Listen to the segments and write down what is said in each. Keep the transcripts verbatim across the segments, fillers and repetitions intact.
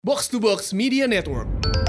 Box to Box Media Network.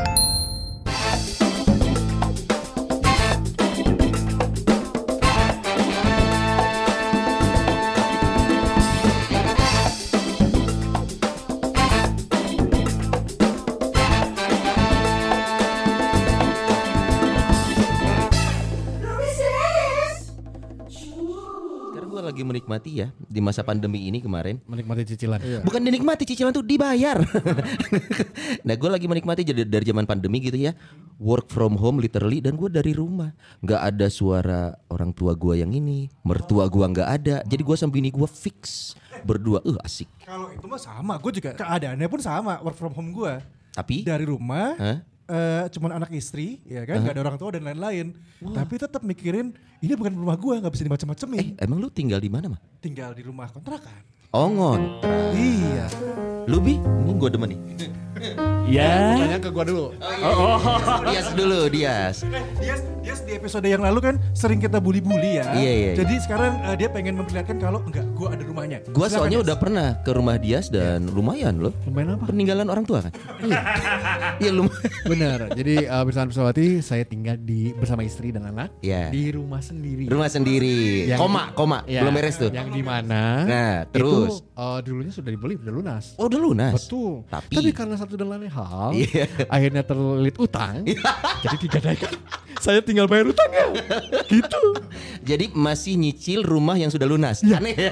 Lagi menikmati ya di masa pandemi ini kemarin. Menikmati cicilan. Iya. Bukan dinikmati, cicilan tuh dibayar. Nah gue lagi menikmati dari, dari zaman pandemi gitu ya. Work from home literally. Dan gue dari rumah. Gak ada suara orang tua gue yang ini. Mertua gue gak ada. Jadi gue sama bini gue fix berdua. Uh asik. Kalau itu mah sama. Gue juga keadaannya pun sama. Work from home gue. Tapi dari rumah. huh? Uh, cuman anak istri, ya kan, uh-huh. Gak ada orang tua dan lain-lain. Wow. Tapi tetap mikirin ini bukan rumah gue, nggak bisa dimacem-macemin. Eh, emang lu tinggal di mana mah? Tinggal di rumah kontrakan. Oh ngontrak. Iya. Lu Bi, ini gue demen nih. Ya. Tanya ke gue dulu. Oh, iya. oh, oh. Dias dulu, Dias. Eh, Dias, Dias di episode yang lalu kan sering kita bully-bully ya. Iya, iya. Jadi iya. sekarang uh, dia pengen memperlihatkan kalau enggak, gue ada rumahnya. Gue soalnya Dias. Udah pernah ke rumah Dias dan yeah. lumayan loh. Lumayan apa? Peninggalan orang tua kan? Iya. Iya lumayan. Benar. Jadi uh, bersama Pesawati saya tinggal di bersama istri dan anak yeah. di rumah sendiri. Rumah sendiri. Yang, koma, koma. Ya, belum beres tuh. Yang di mana? Nah, terus itu uh, dulunya sudah dibeli, udah lunas. Oh, udah lunas. Betul. Tapi, Tapi karena satu dan lain hal, yeah. akhirnya terlilit utang. Jadi tidak naik. Saya tinggal bayar utangnya. Gitu. Jadi masih nyicil rumah yang sudah lunas. Ya. Aneh ya.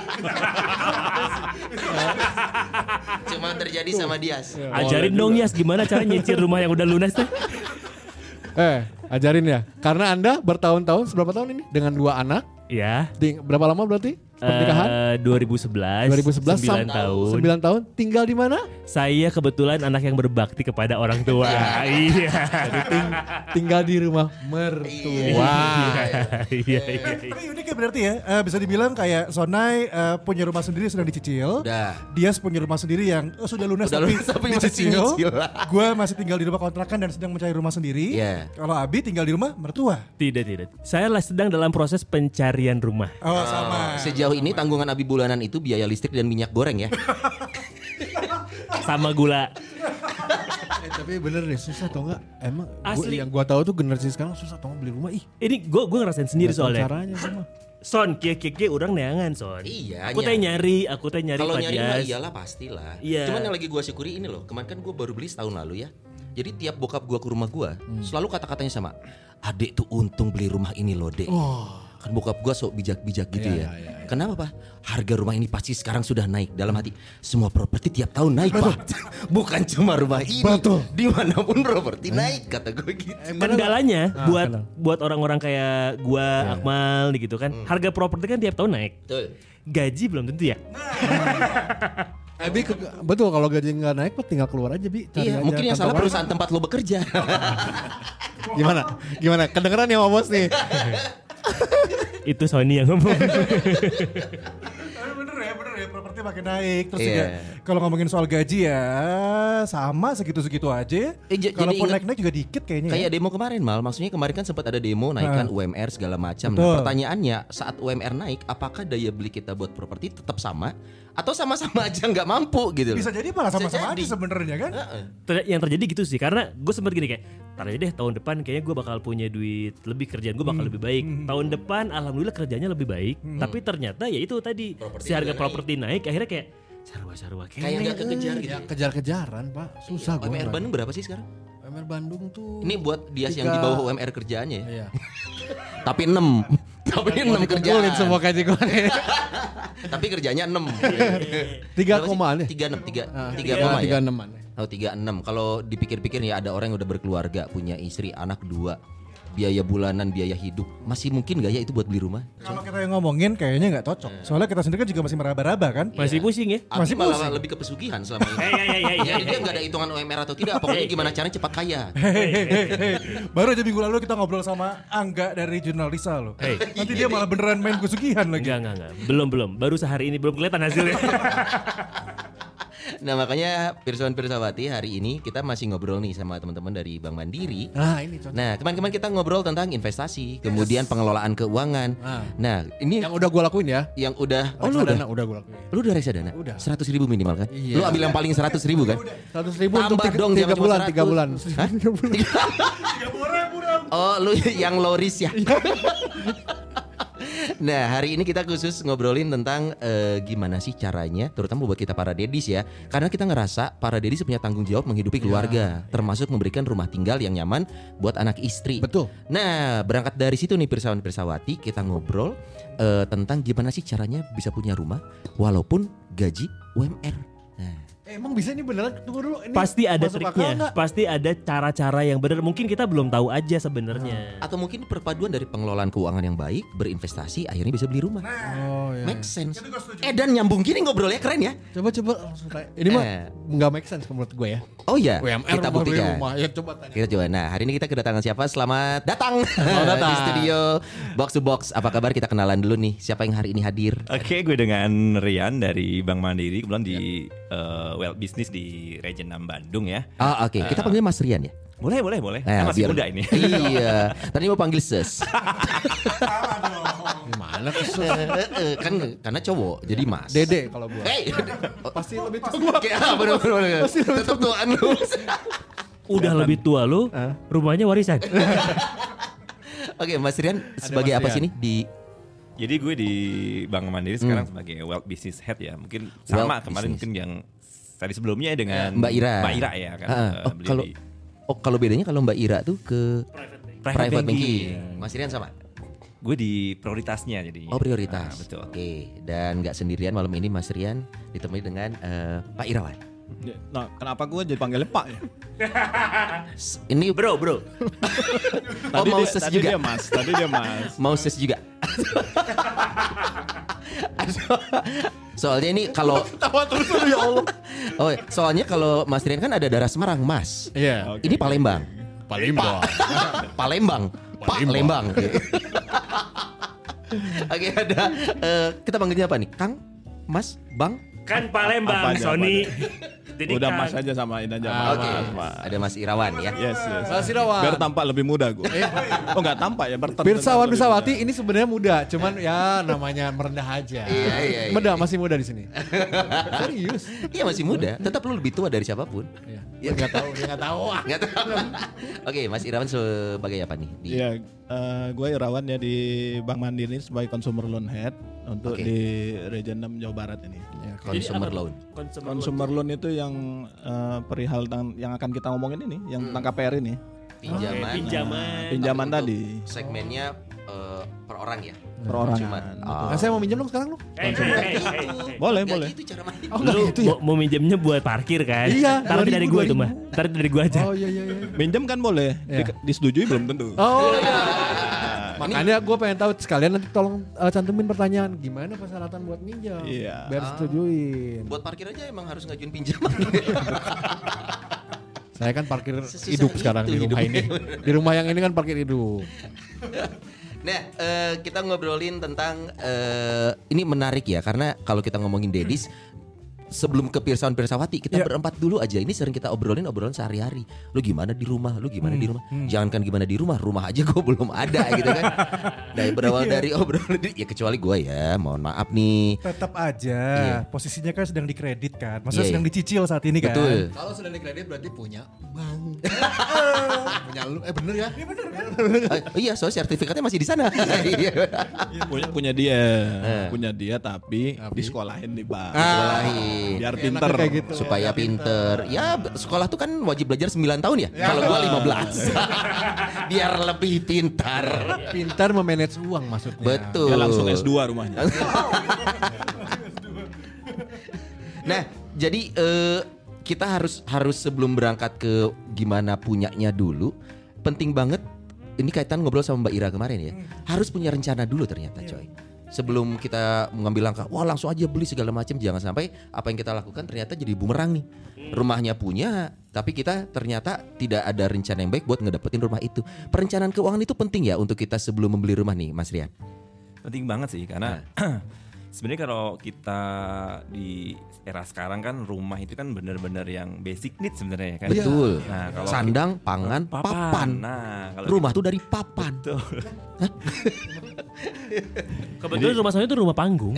Cuma terjadi tuh. Sama Dias. Ya. Ajarin dong Yas gimana cara nyicil rumah yang udah lunas tuh. Eh, ajarin ya. Karena Anda bertahun-tahun, berapa tahun ini? Dengan dua anak. Ya. Berapa lama berarti? Pernikahan? Uh, dua ribu sebelas dua ribu sebelas sembilan tahun. sembilan tahun. Tinggal di mana? Saya kebetulan anak yang berbakti kepada orang tua. Iya. Jadi ting- tinggal di rumah mertua. Iya, iya, iya. Tapi unik ya berarti ya. Uh, bisa dibilang kayak Sonai uh, punya rumah sendiri sedang dicicil. Udah. Dias punya rumah sendiri yang oh, sudah lunas udah tapi, lunas, tapi dicicil. Gue masih tinggal di rumah kontrakan dan sedang mencari rumah sendiri. Yeah. Kalau Abi tinggal di rumah mertua. Tidak, tidak. Saya lah sedang dalam proses pencarian rumah. Oh, oh sama. Sejauh ini tanggungan Abi bulanan itu biaya listrik dan minyak goreng ya. Sama gula. Eh, tapi bener deh susah tau gak? Emang Asli. Gua, yang gua tahu tuh generasi sekarang susah tau gak beli rumah. Ih, ini gue gue ngerasain sendiri gak soalnya. Caranya sama. Son, kia-kia orang neangan Son. Iya. Aku teh nyari, aku teh nyari. Kalau nyari mah iyalah pastilah. Iya. Cuman yang lagi gue syukuri ini loh. Kemarin kan gue baru beli setahun lalu ya. Jadi tiap bokap gue ke rumah gue hmm. selalu kata-katanya sama. Adek tuh untung beli rumah ini loh dek. Oh. Kan bokap gue sok bijak-bijak gitu iya, ya. iya, iya. Kenapa Pak? Harga rumah ini pasti sekarang sudah naik. Dalam hati semua properti tiap tahun naik Pak. Bukan cuma rumah ini. Betul. Dimanapun properti eh. naik kata gue gitu. Kendalanya ah, buat kenal. buat orang-orang kayak gue, yeah. Akmal gitu kan. Hmm. Harga properti kan tiap tahun naik. Betul. Gaji belum tentu ya. Eh, Bi, ke, betul kalau gaji nggak naik tinggal keluar aja Bi. Iya, mungkin yang salah perusahaan tempat lo bekerja. Gimana? Gimana? Kedengeran ya sama bos nih. Itu Sony yang ngomong. Bener ya, bener ya, properti makin naik. Terus yeah. juga kalau ngomongin soal gaji ya sama segitu-segitu aja. Eh, j- Kalaupun naik-naik juga dikit kayaknya. Kayak ya. demo kemarin Mal, maksudnya kemarin kan sempat ada demo naikkan uh. U M R segala macam. Nah, pertanyaannya saat U M R naik, apakah daya beli kita buat properti tetap sama atau sama-sama aja nggak mampu gitu? Bisa jadi malah sama-sama aja sebenarnya kan. Uh-uh. Ter- yang terjadi gitu sih, karena gue sempat gini kayak, tar aja deh tahun depan kayaknya gue bakal punya duit lebih, kerjaan gue bakal hmm. lebih baik. Hmm. Tahun depan alhamdulillah kerjanya lebih baik, hmm. tapi ternyata ya itu tadi properti si harga properti naik. naik, akhirnya kayak sarwa-sarwa kayak kayak nggak kekejar gitu. Ya, kejar-kejaran Pak, susah. U M R Bandung berapa sih sekarang? U M R Bandung tuh. Ini buat Dias yang di bawah U M R kerjaannya ya. Iya. Tapi enam. Tapi enam kerjaan. Semua kaji gue. Tapi kerjanya enam. Tiga komaan ya? Tiga enam tiga tiga koma tiga ya. enaman. Oh tiga enam. Kalau dipikir-pikir ya ada orang yang udah berkeluarga, punya istri, anak dua. Biaya bulanan, biaya hidup masih mungkin gak ya itu buat beli rumah? Kalau kita yang ngomongin kayaknya nggak cocok. Soalnya kita sendiri kan juga masih meraba-raba kan. Masih pusing ya. Masih malah pusing. Lebih ke pesugihan selama ini. Ya dia nggak ada hitungan U M R atau tidak. Pokoknya gimana caranya cepat kaya. Hehehe. Baru aja minggu lalu kita ngobrol sama Angga dari Jurnal Risa loh. Hey. Nanti dia malah beneran main pesugihan lagi. Enggak enggak enggak. Belum belum. Baru sehari ini belum kelihatan hasilnya. Nah makanya Pirsawan Pirsawati hari ini kita masih ngobrol nih sama teman-teman dari Bank Mandiri. Nah ini contoh. Nah kemarin-kemarin kita ngobrol tentang investasi, kemudian pengelolaan keuangan. Nah. Nah ini Yang udah gue lakuin ya. yang udah, oh lu Reksadana udah, udah gue lakuin. lu udah reksadana? Udah. Seratus ribu minimal kan? Iya. Lu ambil yang paling seratus ribu kan? Seratus ribu untuk Tambah tiga, dong, tiga jangan cuma bulan, seratus. tiga bulan. Hah? Oh lu yang low risk ya? Nah hari ini kita khusus ngobrolin tentang uh, gimana sih caranya, terutama buat kita para dedis ya. Karena kita ngerasa para dedis punya tanggung jawab menghidupi keluarga, termasuk memberikan rumah tinggal yang nyaman buat anak istri. Betul. Nah berangkat dari situ nih Pirsawan Pirsawati, kita ngobrol uh, tentang gimana sih caranya bisa punya rumah walaupun gaji U M R. Nah. Eh, emang bisa ini beneran? Tunggu dulu. Ini Pasti ada masuk akal triknya, nggak? pasti ada cara-cara yang benar. Mungkin kita belum tahu aja sebenarnya. Atau mungkin perpaduan dari pengelolaan keuangan yang baik, berinvestasi, akhirnya bisa beli rumah. Oh ya. Make sense. Eh dan nyambung gini ngobrolnya keren ya. Coba coba langsung tanya. Ini mah Eh. nggak make sense menurut gue ya. Oh iya, U M R kita rumah, beli buktikan. rumah. Ya coba tanya. Kita coba. Nah hari ini kita kedatangan siapa? Selamat datang, datang. di studio Box to Box. Apa kabar? Kita kenalan dulu nih. Siapa yang hari ini hadir? Oke, gue dengan Rian dari Bank Mandiri, kebetulan di uh, Wealth Business di Region enam Bandung ya. Oh oke, kita panggilnya Mas Rian ya. Boleh, boleh, boleh. Eh, Kan masih biar- muda ini. Iya. Tadi mau panggil Ses. Gimana tuh? Eh, eh, eh, kan karena cowok, jadi Mas. Dede kalau gue. Hey, Pasti lebih tua gue. Oke, ah, bener bener bener. Tetap tuaan lu. Udah lebih tua lu, rumahnya warisan. Oke, Mas Rian sebagai Mas apa Rian. sih nih di Jadi gue di Bank Mandiri sekarang sebagai Wealth Business Head ya. Mungkin sama Wealth kemarin Business. mungkin yang tadi sebelumnya dengan Mbak Ira? Mbak Ira ya kan. Ah, eh, oh, beliau kalau di oh kalau bedanya kalau Mbak Ira tuh ke private, private banking. banking. Mas Rian sama. Gue di prioritasnya jadi. Oh prioritas. Ah, betul. Oke, dan nggak sendirian malam ini Mas Rian ditemani dengan eh, Pak Irawan. Nah, kenapa gue jadi panggilnya Pak ya? S- Ini Bro, bro. oh Tadi mau dia, ses tadi juga. dia Mas, tadi dia Mas. Mau ses juga. Soalnya ini kalau Tawa terus ya Allah. oh soalnya kalau Mas Rian kan ada darah Semarang Mas. Iya. Ini Palembang. Palembang. Palembang. Pak Lembang. Oke ada eh, kita panggilnya apa nih? Kang, Mas, Bang. Kan Apa Palembang, aja, Sony. Udah kan- Mas aja samain aja. Ah, Mas, Oke. Mas, Mas. Ada Mas Irawan ya. Yes, yes. Mas Irawan. Biar tampak lebih muda gue. Oh nggak tampak ya, berterlihat Pirsawan lebih Pirsawati muda. ini sebenarnya muda, cuman ya namanya merendah aja. Iya, iya, iya. Muda, masih muda di sini. Serius? Iya masih muda. Tetap lu lebih tua dari siapapun. Iya. Dia nggak tahu, dia nggak tahu. Ah. Nggak tahu. Oke, Mas Irawan sebagai apa nih? Di Iya, eh, gue Irawan ya di Bank Mandiri sebagai consumer loan head untuk Oke. di Region enam Jawa Barat ini. Ya, consumer loan. Consumer, Consumer loan itu yang eh, perihal tang- yang akan kita ngomongin ini, yang tentang K P R ini. Pinjaman. Oke, pinjaman. Pinjaman Tapi tadi. untuk segmennya eh, per orang ya. Perorangan. Cuma. Betul. Nah, saya mau minjem dong sekarang lu. Eh, eh, eh, eh, eh. Boleh, Nggak boleh. gitu cara main. Oh, enggak Lu gitu ya? mau, mau minjemnya buat parkir kan? Iya, Taruh dua ribu, dari gua dua tuh mah. ribu. Taruh dari gua aja. Oh iya iya iya. Minjem kan boleh, Iya. Di- disetujui belum tentu. Oh iya. Makanya gue pengen tahu sekalian nanti tolong uh, cantumin pertanyaan gimana persyaratan buat minjam. Iya. Biar setujuin. Buat parkir aja emang harus ngajuin pinjaman. Saya kan parkir Sesusah hidup itu sekarang di rumah hidupnya. ini. Di rumah yang ini kan parkir hidup. Nah, eh, kita ngobrolin tentang eh, ini menarik ya karena kalau kita ngomongin dedis sebelum ke Pirsawan Pirsawati kita Ya. berempat dulu aja ini sering kita obrolin obrolan sehari-hari. Lu gimana di rumah? Lu gimana di rumah? Jangankan gimana di rumah, rumah aja gue belum ada gitu kan. Nah, berawal dari obrolan ya kecuali gue ya, mohon maaf nih. Tetap aja. Iya. Posisinya kan sedang dikredit kan. Maksudnya Iya, sedang iya. dicicil saat ini kan. Betul. Kalau sedang dikredit berarti punya bank. punya lu. Eh bener ya? Iya bener kan? Oh iya, soal sertifikatnya masih di sana. Iya. punya punya dia, Eh. punya dia tapi, disekolahin di bank. Sekolahin. Biar Enaknya pinter. kayak gitu. Supaya pinter. Ya b- sekolah tuh kan wajib belajar sembilan tahun ya. Kalau gua lima belas. Biar lebih pintar. Pintar memanage uang maksudnya. Betul. Dia langsung S dua rumahnya. Nah, jadi eh, kita harus harus sebelum berangkat ke gimana punyanya dulu, penting banget ini kaitan ngobrol sama Mbak Ira kemarin ya. Harus punya rencana dulu ternyata, coy. Sebelum kita mengambil langkah, wah langsung aja beli segala macam, jangan sampai apa yang kita lakukan ternyata jadi bumerang nih. Rumahnya punya, tapi kita ternyata tidak ada rencana yang baik buat ngedapetin rumah itu. Perencanaan keuangan itu penting ya untuk kita sebelum membeli rumah nih, Mas Rian. Penting banget sih karena sebenarnya kalau kita di era sekarang kan rumah itu kan benar-benar yang basic needs sebenarnya kan. Betul. Nah, kalau Sandang, pangan, papan. papan. Nah, kalau Rumah tuh dari papan. Betul. Kebetulan rumah saya itu rumah panggung.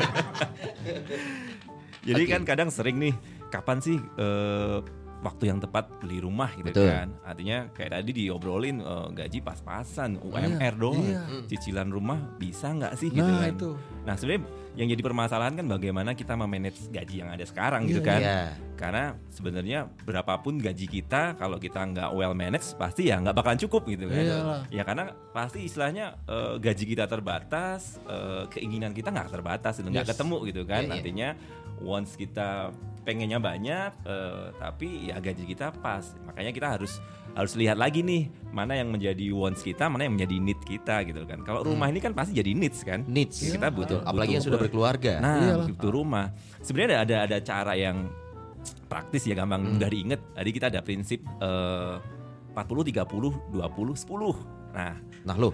Jadi kan kadang sering nih, kapan sih eh, waktu yang tepat beli rumah gitu Betul. kan. Artinya kayak tadi diobrolin eh, gaji pas-pasan, U M R doang. iya. Cicilan rumah bisa nggak sih gitu Nah, kan. itu. Nah sebenarnya yang jadi permasalahan kan bagaimana kita memanage gaji yang ada sekarang gitu kan. Iya. Karena sebenarnya berapapun gaji kita, kalau kita nggak well manage pasti ya nggak bakalan cukup gitu kan. Iyalah. Ya karena pasti istilahnya eh, gaji kita terbatas, eh, keinginan kita nggak terbatas, itu nggak Yes. ketemu gitu kan. Iya, iya. Artinya once kita pengennya banyak, eh, tapi ya gaji kita pas. Makanya kita harus harus lihat lagi nih mana yang menjadi wants kita, mana yang menjadi need kita gitu kan. Kalau rumah ini kan pasti jadi needs kan. Needs. Ya, kita butuh. Apalagi yang butuh- sudah berkeluarga. Nah, Iyalah. butuh rumah. Sebenarnya ada ada ada cara yang praktis ya, gampang Hmm. mudah diinget. Tadi kita ada prinsip eh, empat puluh, tiga puluh, dua puluh, sepuluh. Nah, Nah lo,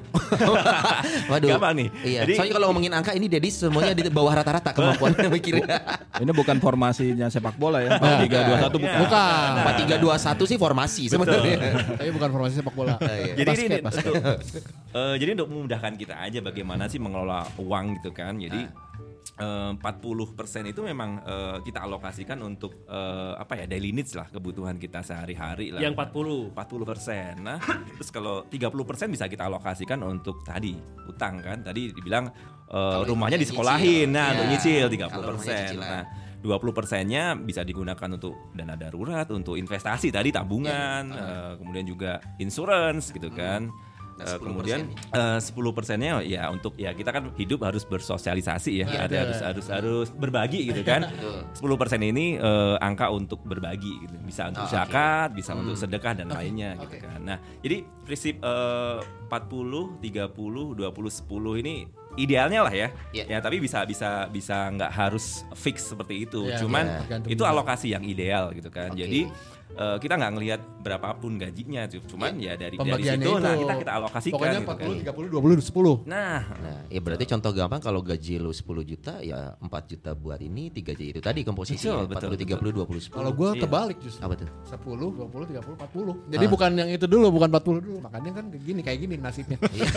waduh. Gampang nih. Iya. Jadi- Soalnya kalau ngomongin angka ini Deddy semuanya di bawah rata-rata kemampuannya mikirnya. Ini bukan formasinya sepak bola ya. tiga dua satu bukan. Bukan. Empat tiga dua satu sih formasi sebenarnya. Tapi bukan formasi sepak bola. jadi basket, ini basket. untuk eh, jadi untuk memudahkan kita aja bagaimana sih mengelola uang gitu kan. Jadi eh, empat puluh persen itu memang eh, kita alokasikan untuk eh, apa ya, daily needs lah, kebutuhan kita sehari-hari lah. Yang empat puluh. empat puluh persen. Nah, terus kalau tiga puluh persen bisa kita alokasikan untuk tadi utang kan. Tadi dibilang eh, rumahnya nyicil. disekolahin. Nah, Iya. untuk nyicil tiga Kalau puluh rumahnya persen. cicilan. Nah, dua puluh persennya bisa digunakan untuk dana darurat, untuk investasi tadi, tabungan, eh, kemudian juga insurance gitu kan. Nah, Eh, sepuluh kemudian eh, sepuluh persennya ya untuk ya kita kan hidup harus bersosialisasi ya, ada harus harus harus berbagi gitu kan. sepuluh persen ini eh, angka untuk berbagi gitu. Bisa Oh, untuk oke. zakat, bisa untuk sedekah dan lainnya gitu kan. Nah, jadi prinsip eh, empat puluh, tiga puluh, dua puluh, sepuluh ini idealnya lah ya. Iya. Ya, tapi bisa bisa bisa nggak harus fix seperti itu. Iya, Cuman iya, tergantung itu juga. alokasi yang ideal gitu kan. Oke. Jadi eh, kita nggak ngelihat berapapun gajinya, cuman ya dari dari Pembagiannya situ itu. nah kita kita alokasikan Pokoknya gitu empat puluh, kan. tiga puluh, dua puluh, sepuluh. Nah, Nah, ya berarti contoh gampang kalau gaji lu sepuluh juta ya empat juta buat ini, tiga juta itu tadi komposisinya. Betul, empat puluh, betul, tiga puluh, dua puluh, sepuluh. Kalau gue Iya. kebalik justru. Apa tuh? sepuluh, dua puluh, tiga puluh, empat puluh. Jadi Ah. bukan yang itu dulu, bukan empat puluh dulu. Makanya kan kayak gini, kayak gini nasibnya.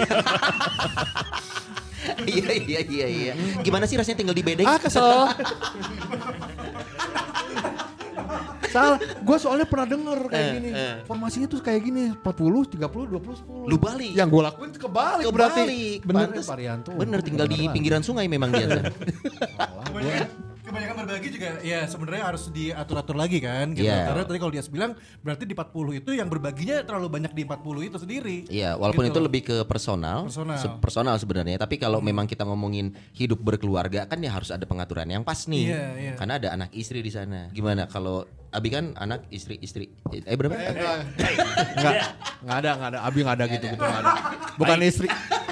Iya iya iya iya. Gimana sih rasanya tinggal di bedeng? Ah, kesel. Salah, gue soalnya pernah denger kayak Eh, gini. eh. Formasinya tuh kayak gini, empat puluh, tiga puluh, dua puluh, sepuluh. Lu balik. Yang gue lakuin tuh kebalik, berarti. Kebalik. Bener Pantes. ya Parianto. Bener tinggal di pinggiran sungai memang dia. Kebanyakan, kebanyakan berbagi juga ya sebenarnya harus diatur-atur lagi kan gitu. Iya. Karena tadi kalau dia bilang berarti di empat puluh itu yang berbaginya terlalu banyak di empat puluh itu sendiri. Iya, walaupun Gitu itu loh. lebih ke personal, Personal. se- personal sebenarnya. Tapi kalau memang kita ngomongin hidup berkeluarga kan ya harus ada pengaturan yang pas nih. Iya, iya. Karena ada anak istri di sana. Gimana kalau Abi kan anak istri istri eh berapa? Enggak, enggak ada, enggak ada. Abi enggak ada gitu-gitu, enggak ada. Bukan istri.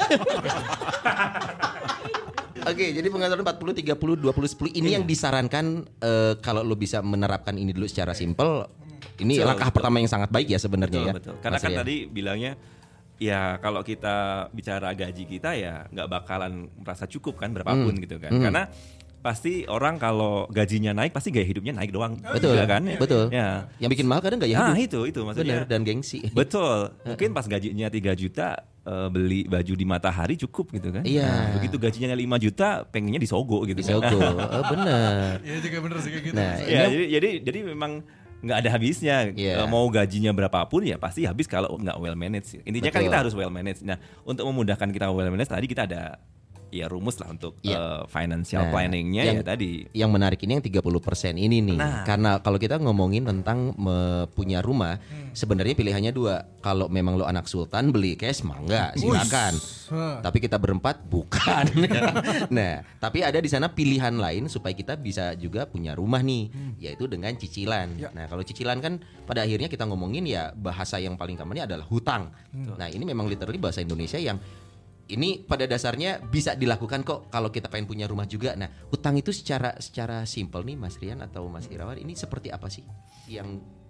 Oke, jadi pengaturan empat puluh, tiga puluh, dua puluh, sepuluh ini yang disarankan eh, kalau lo bisa menerapkan ini dulu secara simpel. Ini Betul, langkah betul. pertama yang sangat baik ya sebenarnya betul ya. betul. Karena Mas kan Rian. tadi bilangnya ya kalau kita bicara gaji kita ya nggak bakalan merasa cukup kan berapapun gitu kan. Karena pasti orang kalau gajinya naik pasti gaya hidupnya naik doang. Betul Iya kan? Betul. Ya. Yang bikin mahal kadang gaya Nah, hidup. itu itu Bener, maksudnya. dan gengsi. Betul. Mungkin pas gajinya tiga juta eh, beli baju di Matahari cukup gitu kan. Iya. Nah, begitu gajinya lima juta pengennya di Sogo gitu. Di Sogo. Oh, bener. Iya juga bener sih kayak gitu. Nah, Ya, ini jadi jadi jadi memang nggak ada habisnya. Iya. Eh, mau gajinya berapapun ya pasti habis kalau nggak well managed. Intinya kan Betul. kita harus well managed. Nah, untuk memudahkan kita well managed tadi kita ada ya rumus lah untuk Iya. eh, financial Nah, planningnya yang- ya tadi. yang menarik ini yang tiga puluh persen ini nih. Nah. Karena kalau kita ngomongin tentang me- punya rumah, sebenarnya pilihannya dua. Kalau memang lo anak sultan beli cash mah enggak, silakan. Tapi kita berempat bukan. Nah, tapi ada di sana pilihan lain supaya kita bisa juga punya rumah nih, yaitu dengan cicilan. Nah, kalau cicilan kan pada akhirnya kita ngomongin ya bahasa yang paling common-nya adalah hutang. Nah, ini memang literally bahasa Indonesia yang ini pada dasarnya bisa dilakukan kok kalau kita pengen punya rumah juga. Nah, hutang itu secara secara simpel nih Mas Rian atau Mas Irawan ini seperti apa sih yang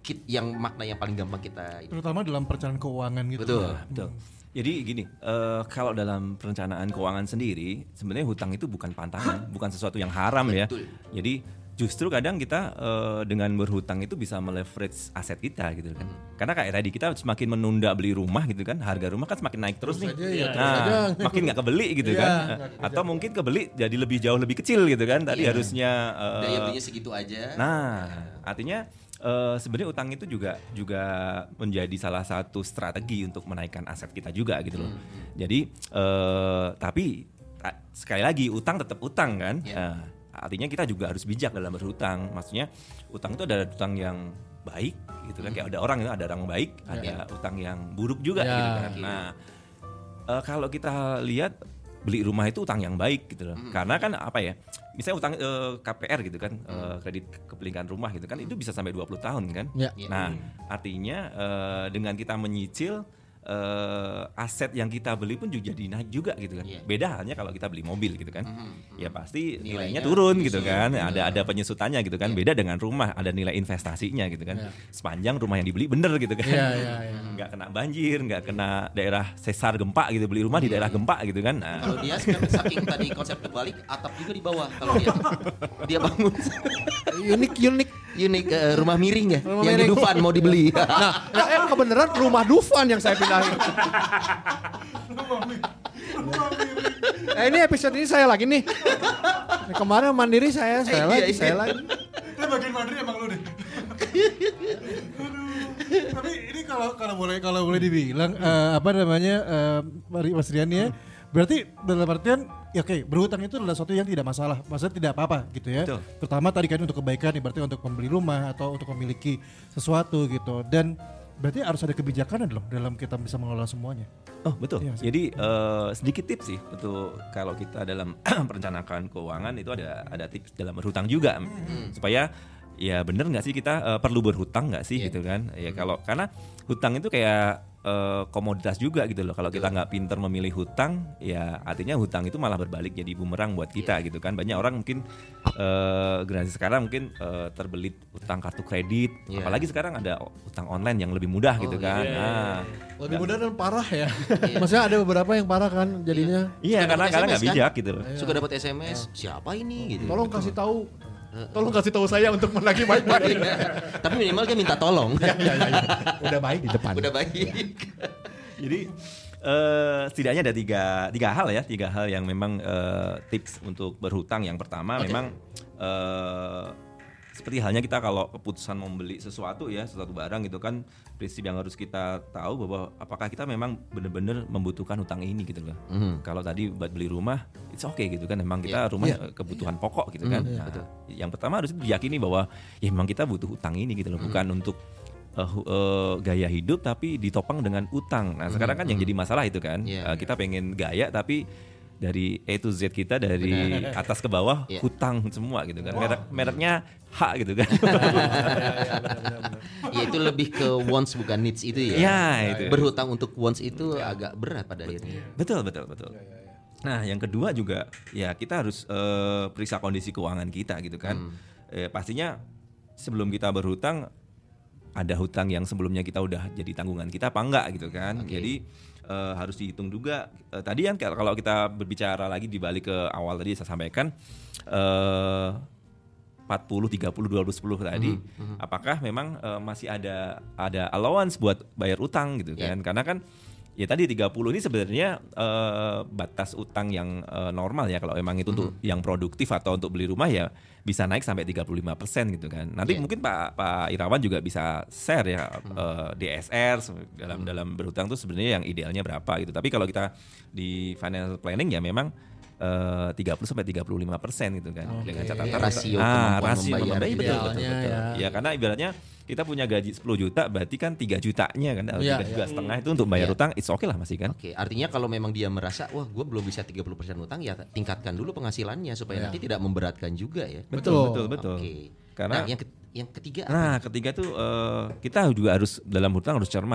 kit yang makna yang paling gampang kita itu. Terutama dalam perencanaan keuangan gitu. Betul. Betul. Jadi gini, uh, kalau dalam perencanaan keuangan sendiri, sebenarnya hutang itu bukan pantangan, bukan sesuatu yang haram ya. Betul. Jadi justru kadang kita uh, dengan berhutang itu bisa meleverage aset kita gitu kan. Hmm. Karena kayak tadi kita semakin menunda beli rumah gitu kan, harga rumah kan semakin naik terus nih. Aja, ya, Nah, aja. makin nggak kebeli gitu Iya, kan. nggak Atau mungkin kebeli jadi lebih jauh lebih kecil gitu kan. Tadi Iya. harusnya uh, Daya belinya segitu aja. Nah, artinya uh, sebenarnya utang itu juga juga menjadi salah satu strategi untuk menaikkan aset kita juga gitu loh. Hmm. Jadi uh, tapi ta- sekali lagi utang tetap utang kan. Ya. Nah, artinya kita juga harus bijak dalam berhutang. Maksudnya utang itu ada utang yang baik gitu kan. Kayak ada orang itu ada orang baik, ada utang yang buruk juga Ya. gitu kan. Nah, uh, kalau kita lihat beli rumah itu utang yang baik gitu loh. Karena kan apa ya? Misalnya utang eh, K P R gitu kan, eh, kredit kepemilikan rumah gitu kan, itu bisa sampai dua puluh tahun kan. Ya. Nah, artinya eh, dengan kita menyicil eh, aset yang kita beli pun juga jadi naik juga gitu kan. Iya. Beda halnya kalau kita beli mobil gitu kan. Ya pasti Nilainya nilainya turun gitu menyusul. kan. Ada ada penyusutannya gitu kan. Beda dengan rumah, ada nilai investasinya gitu kan. Iya. Sepanjang rumah yang dibeli bener gitu kan. Iya, iya, iya. Nggak kena banjir, nggak kena daerah sesar gempa gitu, beli rumah di daerah gempa gitu kan. Nah, Kalau dia sekarang saking tadi konsep terbalik, atap juga di bawah kalau dia dia bangun Unik, unik. unik eh, rumah miring ya, Rumah yang miring. di Dufan mau dibeli. Nah, ya, eh, kebenaran rumah Dufan yang saya pindahin. Eh, ini episode ini saya lagi nih. Ini kemarin mandiri saya, saya Eh, lagi, iya, iya. saya lagi. Itu bagian mandiri emang lu deh. Aduh. Tapi ini kalau kalau boleh kalau boleh dibilang eh, apa namanya eh, Mas Rian ya. Berarti dalam artian ya oke, berhutang itu adalah sesuatu yang tidak masalah. Maksudnya tidak apa-apa gitu ya. Betul. Hmm. Terutama tadi kan untuk kebaikan, berarti untuk membeli rumah atau untuk memiliki sesuatu gitu. Dan Berarti harus ada kebijakan dong dalam kita bisa mengelola semuanya. Oh betul. Iya sih. Jadi uh, sedikit tips sih untuk kalau kita dalam perencanaan keuangan itu ada ada tips dalam berhutang juga Hmm. supaya ya bener nggak sih kita uh, perlu berhutang nggak sih Yeah. gitu kan? Ya Hmm. kalau karena hutang itu kayak uh, komoditas juga gitu loh. Kalau kita nggak pinter memilih hutang, ya artinya hutang itu malah berbalik jadi bumerang buat kita gitu kan. Banyak orang mungkin uh, generasi sekarang mungkin uh, terbelit utang kartu kredit, Yeah. apalagi sekarang ada utang online yang lebih mudah gitu Oh, kan. iya. Nah, Lebih mudah dan parah ya. Iya. Maksudnya ada beberapa yang parah kan jadinya. iya Suka karena dapet karena nggak S M S kan? bijak gitu loh. Suka dapat S M S, siapa ini gitu. Tolong kasih tahu. Tolong kasih tahu saya untuk menagih baik-baik. Tapi minimal dia minta tolong. Ya, ya, ya, ya. Udah baik di depan. Udah baik. Jadi eh, setidaknya ada tiga tiga hal ya, tiga hal yang memang eh, tips untuk berhutang. Yang pertama Oke. memang eh, seperti halnya kita kalau keputusan membeli sesuatu ya, sesuatu barang gitu kan, prinsip yang harus kita tahu bahwa apakah kita memang benar-benar membutuhkan hutang ini gitu loh. Mhm. Kalau tadi buat beli rumah, it's okay gitu kan, memang kita Iya. rumah Iya. eh, kebutuhan pokok gitu kan. Mhm, Nah, betul. yang pertama harus diyakini bahwa ya memang kita butuh hutang ini gitu loh, bukan untuk uh, hu- uh, gaya hidup tapi ditopang dengan utang. Nah sekarang kan yang jadi masalah itu kan, Iya. Uh, kita pengen gaya tapi dari A to Z kita dari atas ke bawah Iya. hutang semua gitu kan. Merek, mereknya H gitu kan. Ya itu lebih ke wants bukan needs itu ya. Ya itu. Berhutang untuk wants itu agak berat pada akhirnya. Betul betul betul. Nah yang kedua juga ya kita harus eh, periksa kondisi keuangan kita gitu kan. Eh, pastinya sebelum kita berhutang ada hutang yang sebelumnya kita udah jadi tanggungan kita apa enggak gitu kan. Oke. Jadi eh, harus dihitung juga. Eh, tadi kan kalau kita berbicara lagi di balik ke awal tadi saya sampaikan eh, empat puluh, tiga puluh, dua puluh, sepuluh tadi, apakah memang eh, masih ada ada allowance buat bayar utang gitu Yeah. kan? Karena kan ya tadi tiga puluh ini sebenarnya eh, batas utang yang eh, normal ya, kalau emang itu untuk yang produktif atau untuk beli rumah ya bisa naik sampai tiga puluh lima persen gitu kan. Nanti Yeah. mungkin Pak Pak Irawan juga bisa share ya eh, D S R dalam dalam berhutang tuh sebenarnya yang idealnya berapa gitu. Tapi kalau kita di financial planning ya memang eh, tiga puluh sampai tiga puluh lima persen gitu kan, dengan catatan Rasio ah, kemampuan rasio membayar membayar, gitu. betul, betul, Idealnya betul. ya. Ya karena ibaratnya kita punya gaji sepuluh juta berarti kan tiga jutanya kan, atau Iya, tiga juta iya. setengah itu untuk bayar Iya. utang, it's okay lah masih kan. Oke, artinya kalau memang dia merasa wah gue belum bisa tiga puluh persen utang ya tingkatkan dulu penghasilannya supaya Iya. nanti tidak memberatkan juga ya. Betul. betul betul. Oke. Karena Nah, yang ke- yang ketiga apa? Nah, ketiga tuh eh, kita juga harus dalam hutang harus cermat.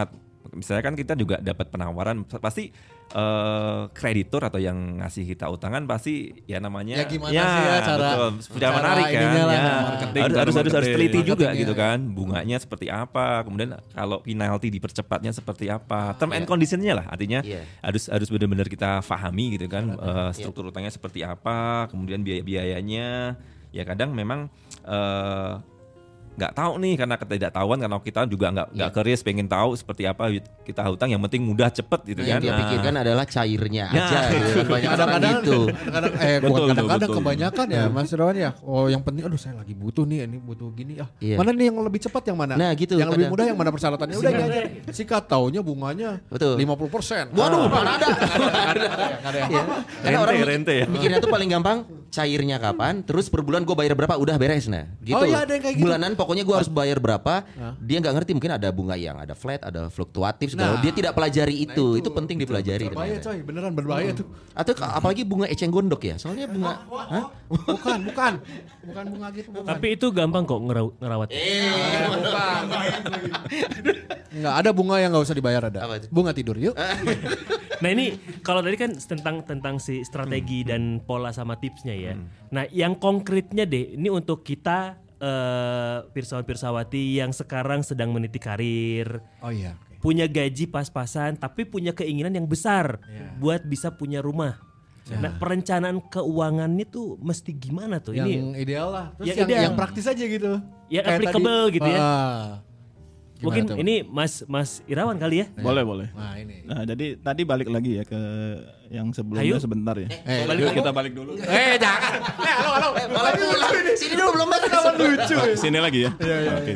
misalnya kan kita juga dapat penawaran pasti eh, kreditur atau yang ngasih kita utangan pasti ya namanya Ya gimana sih ya cara- betul, sudah cara menarik kan ininya lah, ya. marketing, harus cara harus harus harus marketing. teliti juga Marketingnya, gitu ya. kan bunganya seperti apa kemudian kalau penalti dipercepatnya seperti apa term and conditionnya lah artinya Iya. harus harus benar-benar kita pahami gitu kan eh, struktur utangnya seperti apa kemudian biaya-biayanya ya kadang memang eh, nggak tahu nih karena ketidaktahuan karena kita juga nggak nggak curious pengen tahu seperti apa kita hutang yang penting mudah cepet gitu Yang kan. dia Nah, pikirkan adalah cairnya Ya. aja gitu kan. Banyak orang Kadang-kadang, gitu. kadang-kadang, eh Betul, bukan kadang-kadang betul, betul. kebanyakan ya Mas Irawan ya. Oh yang penting, aduh saya lagi butuh nih, ini butuh gini ah. Iya. Mana nih yang lebih cepat yang mana? Nah, gitu, Yang lebih kadang. mudah yang mana persyaratannya? Udah ini aja. Sikat taunya bunganya Betul. lima puluh persen. Waduh, mana ada? Iya. Karena Rente, orang mikir- rente ya. mikirnya tuh paling gampang cairnya kapan, terus per bulan gue bayar berapa, udah beres nah. Gitu. Oh, iya, ada yang kayak gitu. Bulanan pokoknya gue harus bayar berapa. Dia nggak ngerti mungkin ada bunga yang ada flat, ada fluktuatif segala. Nah. dia tidak pelajari itu. itu. penting dipelajari. Berbahaya ternyata. coy, beneran berbahaya tuh. Atau ka- apalagi bunga eceng gondok ya. Soalnya bunga Hah? Bukan, bukan. Bukan bunga gitu. Bukan. Tapi itu gampang kok ngeraw- ngerawat. bukan. Enggak ada bunga yang nggak usah dibayar ada. Apa itu? Bunga tidur yuk. Nah ini kalau tadi kan tentang tentang si strategi dan pola sama tipsnya ya. Nah yang konkretnya deh, ini untuk kita eh, pirsawan-pirsawati yang sekarang sedang meniti karir, Oh iya. oke. punya gaji pas-pasan, tapi punya keinginan yang besar buat bisa punya rumah. Nah perencanaan keuangannya tuh mesti gimana tuh? Yang Ini ideal lah. Terus Yang yang, ideal. yang praktis aja gitu. Yang Kayak applicable tadi. gitu ya. Ah. Gimana mungkin tuh? ini Mas Mas Irawan kali ya. Boleh, boleh. Nah ini. Nah, jadi tadi balik lagi ya ke yang sebelumnya Ayo. sebentar ya. Eh, Balik Yuk lagi. kita balik dulu. Eh jangan. Eh halo halo. Eh, malah pulang. Sini dulu belum beres. Lucu. Sini lagi ya. Oke.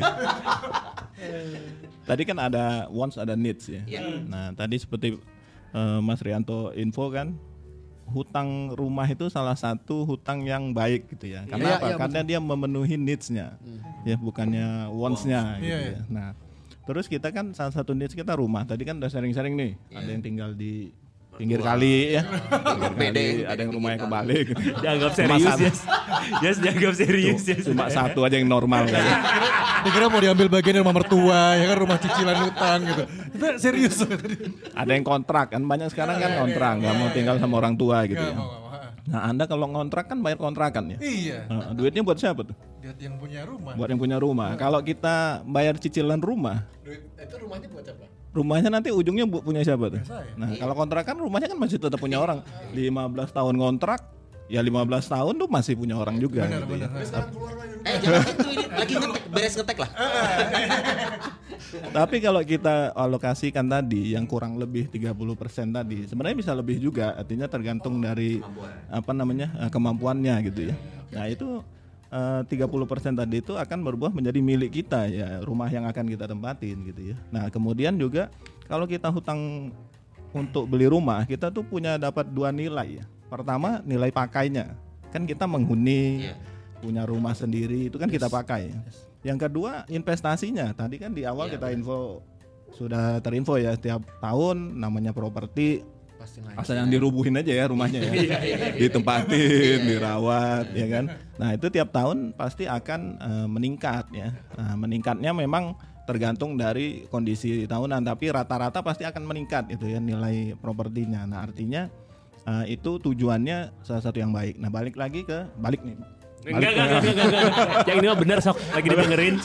Tadi kan ada wants, ada needs ya. Iya. Nah, tadi seperti eh, Mas Rianto info kan, hutang rumah itu salah satu hutang yang baik gitu ya. Karena Iya, apa? iya, Karena dia memenuhi needs-nya. Ya, bukannya wants-nya gitu Iya, ya. iya. Nah, terus kita kan salah satu needs kita rumah. Tadi kan udah sharing-sharing nih. Ada yang tinggal di pinggir kali ya. Pinggir kali, ada yang rumahnya kebalik. Dianggap Cuma serius satu. yes. Yes dianggap serius yes. Cuma satu aja yang normal kan. Dikira mau diambil bagian dari rumah mertua, ya kan rumah cicilan utang gitu. Itu serius tadi. Ada yang kontrak kan, banyak sekarang kan kontrak, nggak mau tinggal sama orang tua gitu Nggak ya. mau, nggak mau. Nah, Anda kalau ngontrak kan bayar kontrakan ya. Iya. Nah, duitnya buat siapa tuh? Lihat yang punya rumah. Buat yang punya rumah. Kalau kita bayar cicilan rumah, Duit itu rumahnya buat apa? rumahnya nanti ujungnya bu- punya siapa tuh? saya. Nah, kalau kontrakan rumahnya kan masih tetap punya orang. lima belas tahun kontrak, ya lima belas tahun tuh masih punya orang juga. Benar, gitu ya. benar. Eh jangan gitu ini lagi ngetek, beres ngetek lah. Tapi kalau kita alokasikan tadi yang kurang lebih tiga puluh persen tadi, sebenarnya bisa lebih juga, artinya tergantung dari apa namanya eh, kemampuannya gitu ya. Nah, itu eh, tiga puluh persen tadi itu akan berubah menjadi milik kita ya, rumah yang akan kita tempatin gitu ya. Nah, kemudian juga kalau kita hutang untuk beli rumah, kita tuh punya dapat dua nilai ya. Pertama, nilai pakainya. Kan kita menghuni Iya. punya rumah sendiri itu kan kita pakai. Yang kedua investasinya. Tadi kan di awal Iya, kita info sudah terinfo ya, setiap tahun namanya properti Pasti naik. asal yang dirubuhin aja ya rumahnya ya. Ditempatin, dirawat ya kan. Nah, itu tiap tahun pasti akan eh, meningkat ya. Nah, meningkatnya memang tergantung dari kondisi tahunan, tapi rata-rata pasti akan meningkat itu ya nilai propertinya. Nah, artinya eh, itu tujuannya salah satu yang baik. Nah, balik lagi ke balik nih. Enggak, enggak, enggak, enggak, enggak, enggak. Yang ini mah benar sok lagi didengerin.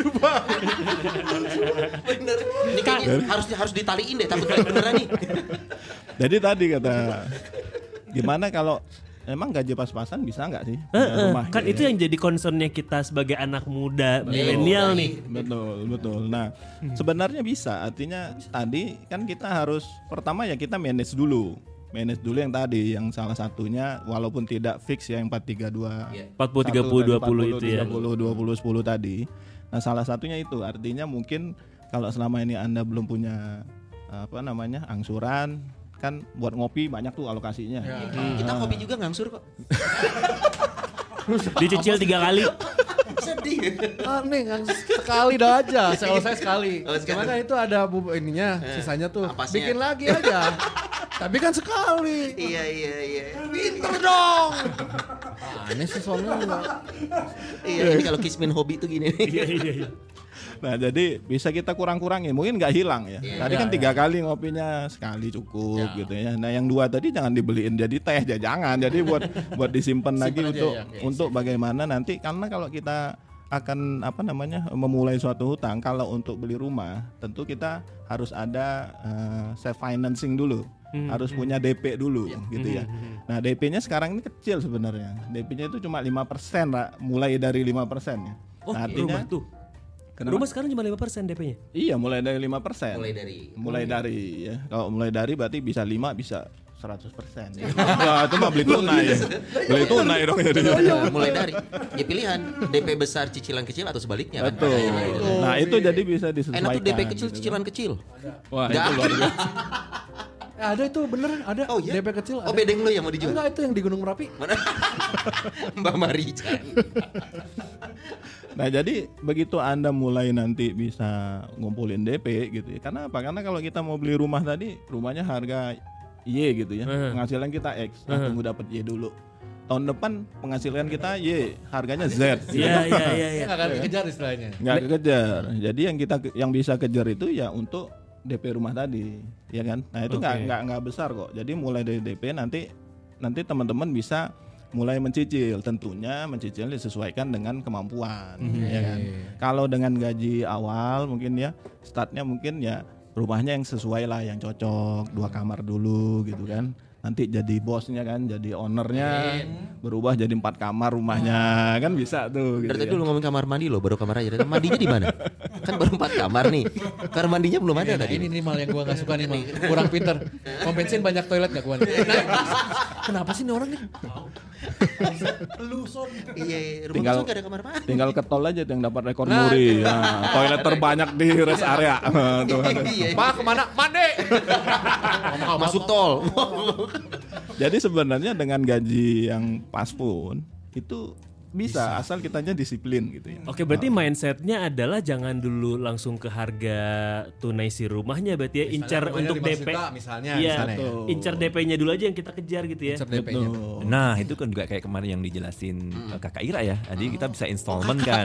Bener. Ini kayaknya harus harus ditaliin deh takut kayak beneran nih. Jadi tadi kata gimana kalau emang gaji pas-pasan bisa nggak sih Eh, punya eh, rumah kan gitu itu ya? yang jadi concernnya kita sebagai anak muda milenial nih. Betul, betul. Nah, sebenarnya bisa. Artinya tadi kan kita harus pertama ya kita manage dulu. Manage dulu yang tadi, yang salah satunya walaupun tidak fix ya yang empat tiga dua empat puluh tiga puluh dua puluh itu ya. tiga puluh dua puluh sepuluh tadi. Nah, salah satunya itu artinya mungkin kalau selama ini Anda belum punya apa namanya angsuran kan buat ngopi banyak tuh alokasinya. Kita kopi juga ngangsur kok. Dicicil tiga kali. Sedih. Ah nih ngang- sekali dah aja, kalau saya sekali. Oh, sekali. Gimana itu ada bubuk ininya, sisanya tuh Ampasnya. bikin lagi aja. Tapi kan sekali. Iya iya iya. Pinter dong. Aneh sih soalnya enggak. Iya ini kalau Kismin hobi tuh gini. Iya iya iya. Nah jadi bisa kita kurang-kurangin, mungkin nggak hilang ya. Iya. Tadi Ya, kan ya. tiga kali ngopinya, sekali cukup Ya. gitu ya. Nah yang dua tadi jangan dibeliin jadi teh, ya jangan. Jadi buat buat disimpan lagi Simpen aja untuk ya. Oke, untuk bagaimana nanti, karena kalau kita akan apa namanya memulai suatu hutang, kalau untuk beli rumah tentu kita harus ada uh, self financing dulu. Harus punya D P dulu gitu ya. Nah, D P-nya sekarang ini kecil sebenarnya. D P-nya itu cuma lima persen lah, mulai dari lima persen ya. Oh, Nah, rumah tuh. Kenapa? Rumah sekarang cuma lima persen D P-nya. Iya, mulai dari lima persen. Mulai dari Mulai dari ya. Kalau mulai dari berarti bisa lima, bisa seratus persen. Ya. Nah, itu mah beli tunai. Beli tunai dong jadi. mulai dari ya pilihan D P besar cicilan kecil atau sebaliknya kan. Betul. Nah, itu jadi bisa Enak disesuaikan. tuh D P kecil gitu. cicilan kecil. Wah, Nggak itu luar ada. biasa. Eh, ada itu bener, ada Oh iya? D P kecil. Oh ada. bedeng lu yang mau dijual? Enggak, itu yang di Gunung Merapi. Mana? Mbak Marijan. Nah, jadi begitu Anda mulai nanti bisa ngumpulin D P gitu ya. Karena apa? Karena kalau kita mau beli rumah tadi, rumahnya harga Y gitu ya. Penghasilan kita X, nah, tunggu dapat Y dulu. Tahun depan penghasilan kita Y, harganya Z. Iya, iya, iya, iya. Nggak akan dikejar istilahnya. Nggak kejar. Jadi yang kita yang bisa kejar itu ya untuk D P rumah tadi, ya kan? Nah, itu nggak Oke. nggak nggak besar kok. Jadi mulai dari D P nanti nanti teman-teman bisa mulai mencicil, tentunya mencicil disesuaikan dengan kemampuan, ya kan? Kalau dengan gaji awal mungkin ya startnya mungkin ya rumahnya yang sesuai lah, yang cocok, dua kamar dulu gitu kan. Nanti jadi bosnya kan, jadi ownernya, berubah jadi empat kamar rumahnya, kan bisa tuh. Gitu Dari tadi ya. lu ngomongin kamar mandi lo, baru kamar aja. Mandinya di mana? Kan baru empat kamar nih. Kamar mandinya belum ada Nah, tadi. ini nih mal yang gua gak suka nih mal. Kurang pinter. Pom bensin banyak toilet gak gua? Kenapa sih nih orang nih? Lu son. Iya, rumah Tinggal- kosong gak ada kamar mandi. Tinggal ke tol aja tuh yang dapat rekor Nah, muri. Nah, toilet terbanyak di rest area. Tuh ada. Iya. Pak kemana? Mandi. Masuk tol. Jadi sebenarnya dengan gaji yang pas pun itu bisa, asal kitanya disiplin gitu ya. Oke, berarti mindsetnya adalah jangan dulu langsung ke harga tunai si rumahnya, berarti ya incar rumahnya untuk lima D P. juta misalnya, Iya, misalnya ya. incar D P-nya dulu aja yang kita kejar gitu ya. D P-nya. Nah itu kan juga kayak kemarin yang dijelasin eh, Kakak Ira ya. Jadi kita bisa installment kan.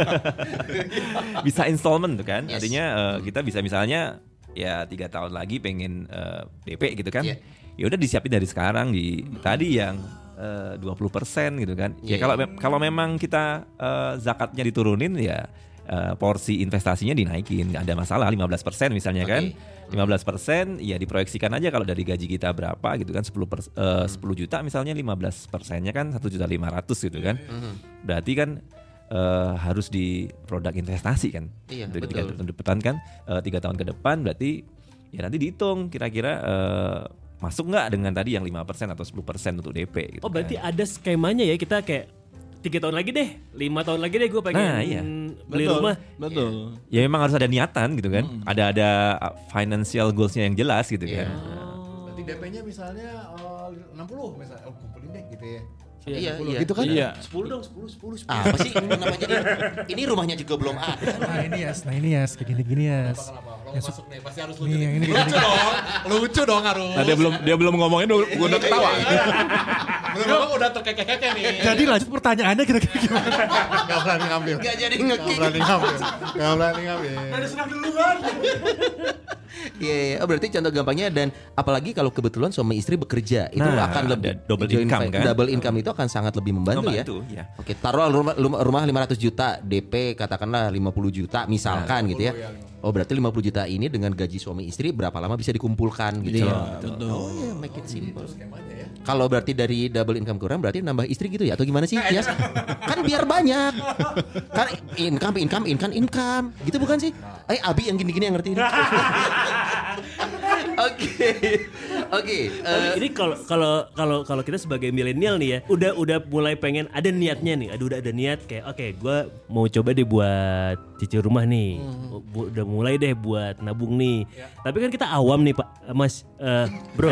Bisa installment tuh kan. Yes. Artinya eh, kita bisa misalnya ya tiga tahun lagi pengen eh, D P gitu kan. Iya. Ya udah disiapin dari sekarang di tadi yang eh, dua puluh persen gitu kan. Ya Iya, kalau iya. me- kalau memang kita eh, zakatnya diturunin ya eh, porsi investasinya dinaikin, nggak ada masalah lima belas persen misalnya Oke. kan. lima belas persen ya diproyeksikan aja kalau dari gaji kita berapa gitu kan sepuluh pers- eh, sepuluh juta misalnya lima belas persennya kan satu juta lima ratus gitu kan. Berarti kan eh, harus di produk investasi kan. Iya, Dari betul. tiga tahun depan kan eh, tiga tahun ke depan berarti ya nanti dihitung kira-kira eh, masuk nggak dengan tadi yang lima persen atau sepuluh persen untuk D P gitu. Oh, berarti kan. ada skemanya ya, kita kayak tiga tahun lagi deh, lima tahun lagi deh gue pengen Nah, iya. beli Betul, rumah. Betul. Ya memang harus ada niatan gitu kan. Ada ada uh, financial goalsnya yang jelas gitu Iya. kan. Berarti D P-nya misalnya eh, enam puluh misalnya. Oh, kumpulin deh gitu ya. Iya, sepuluh iya. gitu kan? Iya. sepuluh dong, sepuluh, sepuluh, sepuluh. Apa sih? Kenapa jadi? Ini rumahnya juga belum ada. Nah ini Yas, nah ini Yas, kayak gini-gini Yas. Kenapa? Lo masuk nih pasti harus lucu. Nih, nih. yang ini Lucu dong. Lucu dong harus. Nah, dia belum dia belum ngomongin udah gua udah ketawa. Belum ngomong udah terkekeh-kekeh nih. Jadi lanjut pertanyaannya kira-kira gimana? Gak berani ngambil. Gak jadi Gak ngekick. berani ngambil. Gak berani ngambil. Iya, iya. Oh, berarti contoh gampangnya, dan apalagi kalau kebetulan suami istri bekerja, itu Nah, akan ada lebih double joint income fi- kan? Double income itu akan sangat lebih membantu, Membantu, ya. ya. Oke, taruh rumah rumah rumah lima ratus juta, D P katakanlah lima puluh juta misalkan Nah, gitu ya. Oh, berarti lima puluh juta ini dengan gaji suami istri berapa lama bisa dikumpulkan gitu ya. Oh ya, make it simple. Kalau berarti dari double income kurang berarti nambah istri gitu ya atau gimana sih? Yes. Kan biar banyak. Kan income income income income. Gitu bukan sih? Eh Abi yang gini-gini yang ngerti ini. Oke. Oke. Tapi eh, ini kalau kalau kalau kalau kita sebagai milenial nih ya, udah udah mulai pengen ada niatnya nih, aduh udah ada niat kayak oke, gue mau coba deh buat cicil rumah nih, Bu- udah mulai deh buat nabung nih. Tapi kan kita awam nih Pak, Mas, eh, Bro.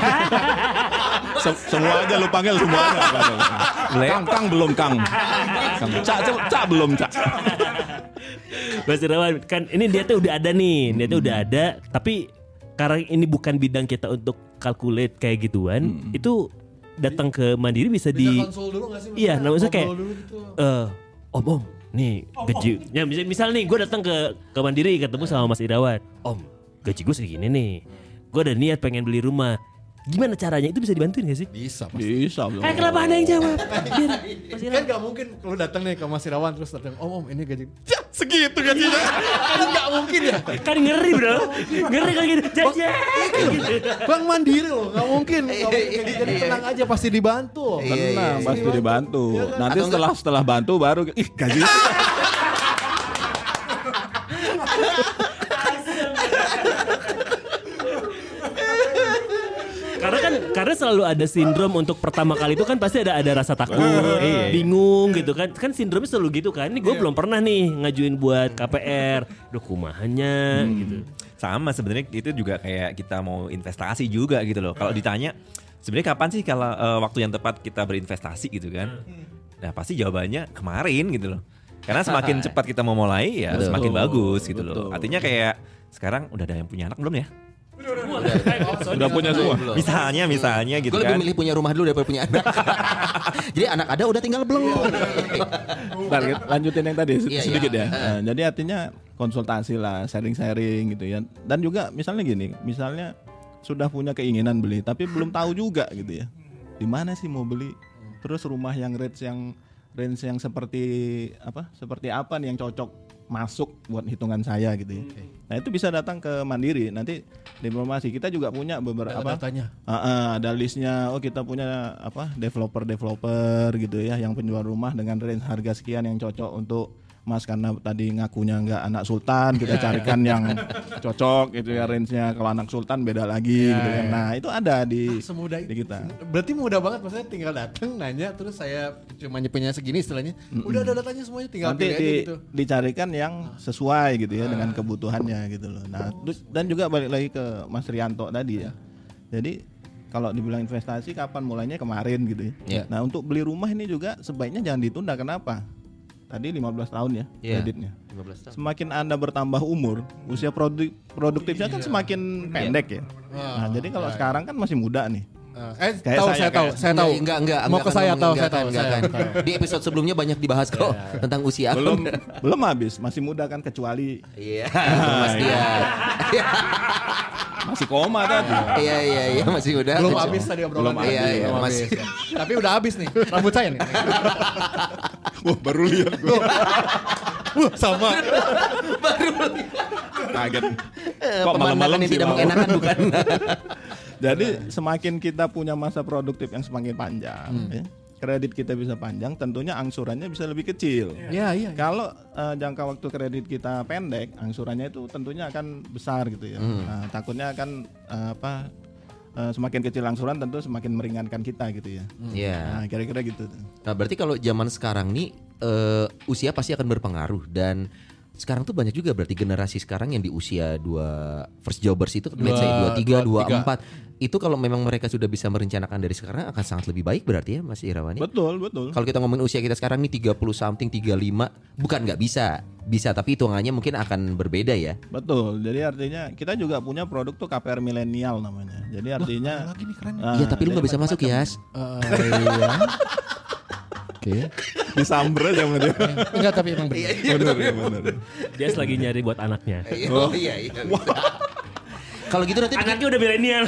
Sem- semua aja lu panggil semuanya. Kang, Kang belum Kang. Kang. Cak, Cak, Cak belum Cak. Mas Irawan, kan ini niatnya udah ada nih, niatnya udah ada, tapi karena ini bukan bidang kita untuk calculate kayak gituan, itu datang ke Mandiri bisa Bisa di konsul dulu gak sih? Iya, nah maksudnya kayak Ngobrol dulu gitu. eh Om Om, nih gaji, ya misal, misal nih gue datang ke ke Mandiri ketemu sama Mas Irawan, Om gaji gue segini nih, gue ada niat pengen beli rumah, gimana caranya itu bisa dibantuin gak sih? Bisa. Bisa. Eh kenapa ada yang jawab? Biar Mas Kan Irawan. gak mungkin lu datang nih ke Mas Irawan terus datang, Om Om ini gaji ya, segitu gajinya. Kan gak mungkin ya. Kan ngeri bro, ngeri kalau gitu, jajan gitu. Bang Mandiri loh, gak mungkin. Gak mungkin. Jadi tenang aja pasti dibantu. Tenang, pasti dibantu. Nanti Atau setelah setelah bantu baru ih gaji. Karena kan karena selalu ada sindrom untuk pertama kali itu kan pasti ada ada rasa takut, Iya. bingung gitu kan. Kan sindromnya selalu gitu kan. Ini gue belum pernah nih ngajuin buat K P R. Duh kumahannya gitu. Sama sebenarnya itu juga kayak kita mau investasi juga gitu loh. Kalau ditanya sebenarnya kapan sih kalau eh, waktu yang tepat kita berinvestasi gitu kan? Nah pasti jawabannya kemarin gitu loh. Karena semakin cepat kita mau mulai ya Betul. semakin bagus gitu loh. Betul. Artinya kayak sekarang udah ada yang punya anak belum ya? Sudah punya semua. Misalnya misalnya gitu Gue lebih kan. milih punya rumah dulu daripada punya anak. Jadi anak ada udah tinggal belum. Bentar, kita lanjutin yang tadi Iya, sedikit iya. ya. Nah, jadi artinya konsultasi lah, sharing-sharing gitu ya. Dan juga misalnya gini, misalnya sudah punya keinginan beli tapi belum tahu juga gitu ya. Di mana sih mau beli? Terus rumah yang range yang range yang seperti apa? Seperti apa nih yang cocok masuk buat hitungan saya gitu ya. Nah, itu bisa datang ke Mandiri. Nanti di informasi kita juga punya beberapa Ada datanya. Ah, ah, ada listnya. Oh kita punya apa developer-developer gitu ya yang penjual rumah dengan range harga sekian yang cocok untuk Mas karena tadi ngakunya nggak anak sultan, kita carikan yang cocok gitu ya range-nya. Kalau anak sultan beda lagi gitu kan. Nah itu ada di Semudah di kita. Berarti mudah banget, maksudnya tinggal datang nanya terus saya cuma punya segini istilahnya. Udah ada datanya semuanya, tinggal Nanti pilih aja di, gitu. dicarikan yang sesuai gitu ya dengan kebutuhannya gitu loh. Nah terus- dan juga balik lagi ke Mas Rianto tadi ya. Jadi kalau dibilang investasi kapan mulainya kemarin gitu ya. Iya. Nah untuk beli rumah ini juga sebaiknya jangan ditunda. Kenapa? Tadi lima belas tahun ya Iya. kreditnya. lima belas tahun. Semakin Anda bertambah umur, usia produk, produktifnya kan semakin pendek ya. Nah jadi kalau sekarang kan masih muda nih. Eh Kayak tahu saya, saya tahu, kayak- saya tahu. Enggak, enggak, Mau enggak ke akan saya ngomongin, tahu, enggak saya tahu, akan, enggak saya akan. tahu. Di episode sebelumnya banyak dibahas kok tentang usia. Belum belum habis, masih muda kan kecuali Iya, itu Mas Dian. masih koma tadi. Iya, iya, iya, masih udah. Belum habis tadi obrolan. Belum Iya, iya, Belum Mas. habis. Tapi udah habis nih, rambut saya nih. Wah baru lihat gue. Wah, sama. Kaget. Eh, Kok pemandangan malam-malam yang sih, tidak Bang? mengenakan bukan? Jadi semakin kita punya masa produktif yang semakin panjang, ya, kredit kita bisa panjang, tentunya angsurannya bisa lebih kecil. Iya, iya. Kalau eh, jangka waktu kredit kita pendek, angsurannya itu tentunya akan besar gitu ya. Nah, takutnya akan eh, apa? eh, semakin kecil angsuran tentu semakin meringankan kita gitu ya. Iya. Nah, kira-kira gitu. tuh. Nah, berarti kalau zaman sekarang nih eh, usia pasti akan berpengaruh dan sekarang tuh banyak juga berarti generasi sekarang yang di usia dua first jobbers itu let's say dua tiga, dua empat itu kalau memang mereka sudah bisa merencanakan dari sekarang akan sangat lebih baik berarti ya Mas Irawan ya? Betul, betul. Kalau kita ngomongin usia kita sekarang nih tiga puluh something, tiga puluh lima bukan nggak bisa. Bisa tapi hitungannya mungkin akan berbeda ya. Betul. Jadi artinya kita juga punya produk tuh K P R milenial namanya. Jadi artinya Lagi nih keren. ah, Iya tapi lu jadi nggak bisa masuk macam-macam. Yas. Eh, iya. Oke. Disamber aja sama dia. Enggak, tapi emang benar. Bener, ya, bener. Dia lagi nyari buat anaknya. Oh iya iya. Kalau gitu nanti Anaknya udah milenial.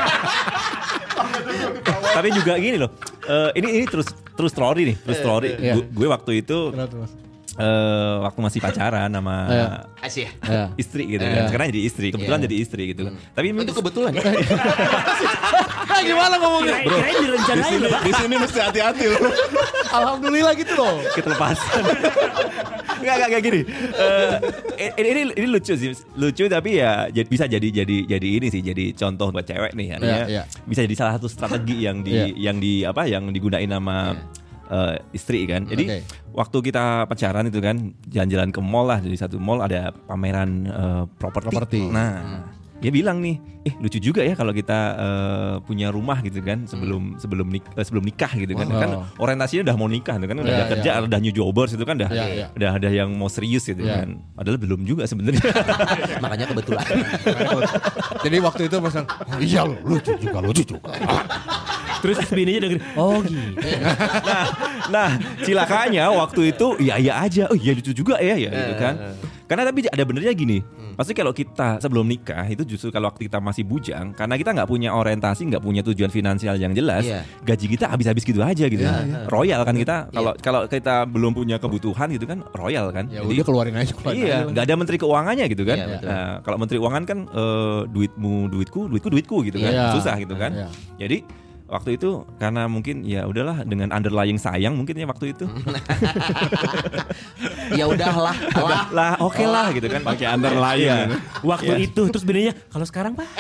Tapi juga gini loh. eh, ini ini terus terus story nih, terus story. Iya. Gu- Gue waktu itu Kenapa tuh, Mas? eh, waktu masih pacaran sama Iya. Asyik. Iya. istri gitu kan. Sekarang jadi istri, kebetulan Iya. jadi istri gitu kan. Tapi Oh, itu kebetulan. Ah, gimana ngomongnya? Kira- Kirain direncanain loh Pak. Di sini mesti hati-hati loh. Alhamdulillah gitu loh. ketelepasan. Enggak enggak kayak gini. Eh, ini, ini ini lucu sih, lucu tapi ya jadi, bisa jadi jadi jadi ini sih, jadi contoh buat cewek nih. Artinya Iya, iya. bisa jadi salah satu strategi yang di Iya. yang di apa yang digunain sama eh, istri kan. Jadi Oke. waktu kita pacaran itu kan jalan-jalan ke mall lah, di satu mall ada pameran eh, properti. Properti. Nah, dia bilang nih, eh lucu juga ya kalau kita eh, punya rumah gitu kan sebelum sebelum nik- eh, sebelum nikah gitu kan. Wow. Kan orientasinya udah mau nikah gitu kan, udah Iya, ada kerja, iya. udah new jobbers itu kan udah Iya, iya. udah ada yang mau serius gitu Iya. kan. Padahal belum juga sebenarnya. Makanya kebetulan. Jadi waktu itu Mas, oh, iya lo lucu juga, lucu juga. Terus bininya udah gini, oh gitu. nah, Nah, cilakanya waktu itu iya iya aja. Oh iya lucu juga ya ya gitu kan. Karena tapi ada benernya gini. Pasti kalau kita sebelum nikah itu justru kalau waktu kita masih bujang, karena kita nggak punya orientasi, nggak punya tujuan finansial yang jelas, Iya. gaji kita habis-habis gitu aja gitu. Iya. Royal kan kita. Kalau Iya. kalau kita belum punya kebutuhan gitu kan royal kan. Ya Jadi- udah keluarin aja keluarin Iya, aja. nggak ada menteri keuangannya gitu kan. Iya, betul. Nah, kalau menteri keuangan kan eh, duitmu duitku, duitku duitku gitu kan, Iya. susah gitu kan. Iya. Jadi waktu itu karena mungkin ya udahlah dengan underlying sayang mungkin ya waktu itu. Ya udahlah, lah. lah oke lah gitu kan. Pakai underlying. Iya. Waktu itu terus bedanya kalau sekarang Pak.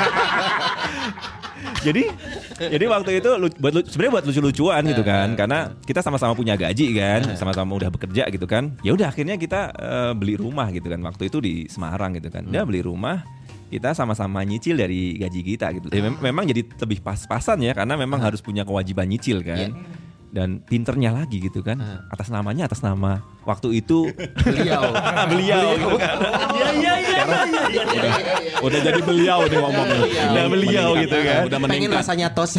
jadi jadi waktu itu lu- buat lu- sebenarnya buat lucu-lucuan gitu kan, karena kita sama-sama punya gaji kan, sama-sama udah bekerja gitu kan. Ya udah akhirnya kita eh, beli rumah gitu kan. Waktu itu di Semarang gitu kan. Udah beli rumah, kita sama-sama nyicil dari gaji kita gitu. Ya, mem- memang jadi lebih pas-pasan ya, karena memang harus punya kewajiban nyicil kan. Dan pinternya lagi gitu kan, atas namanya atas nama waktu itu Beliau. beliau gitu kan. Iya iya iya iya. Udah jadi beliau nih ngomongnya. Udah beliau gitu kan. Udah Pengen meningkat. rasanya tos.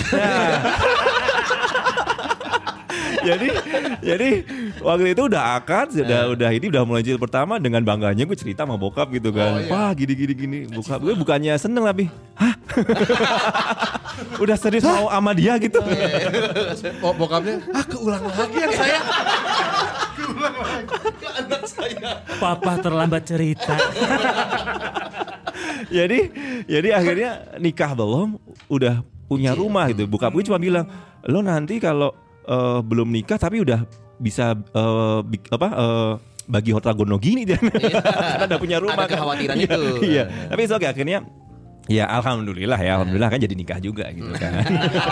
jadi jadi waktu itu udah akad, udah udah ini udah mulai jilid pertama, dengan bangganya gue cerita sama bokap gitu kan. Wah gini gini gini. Bokap gue bukannya seneng tapi, hah? Udah serius mau sama dia gitu. Oh, bokapnya, ah keulang lagi yang saya. Papa terlambat cerita. jadi jadi akhirnya nikah belum, udah punya rumah gitu. Bokap gue cuma bilang, lo nanti kalau eh, belum nikah tapi udah bisa eh, bik- apa eh, bagi harta gono gini dia. Karena udah punya rumah. Ada kekhawatiran kan. itu. Iya. Tapi it's okay, akhirnya ya alhamdulillah ya, alhamdulillah kan jadi nikah juga gitu kan.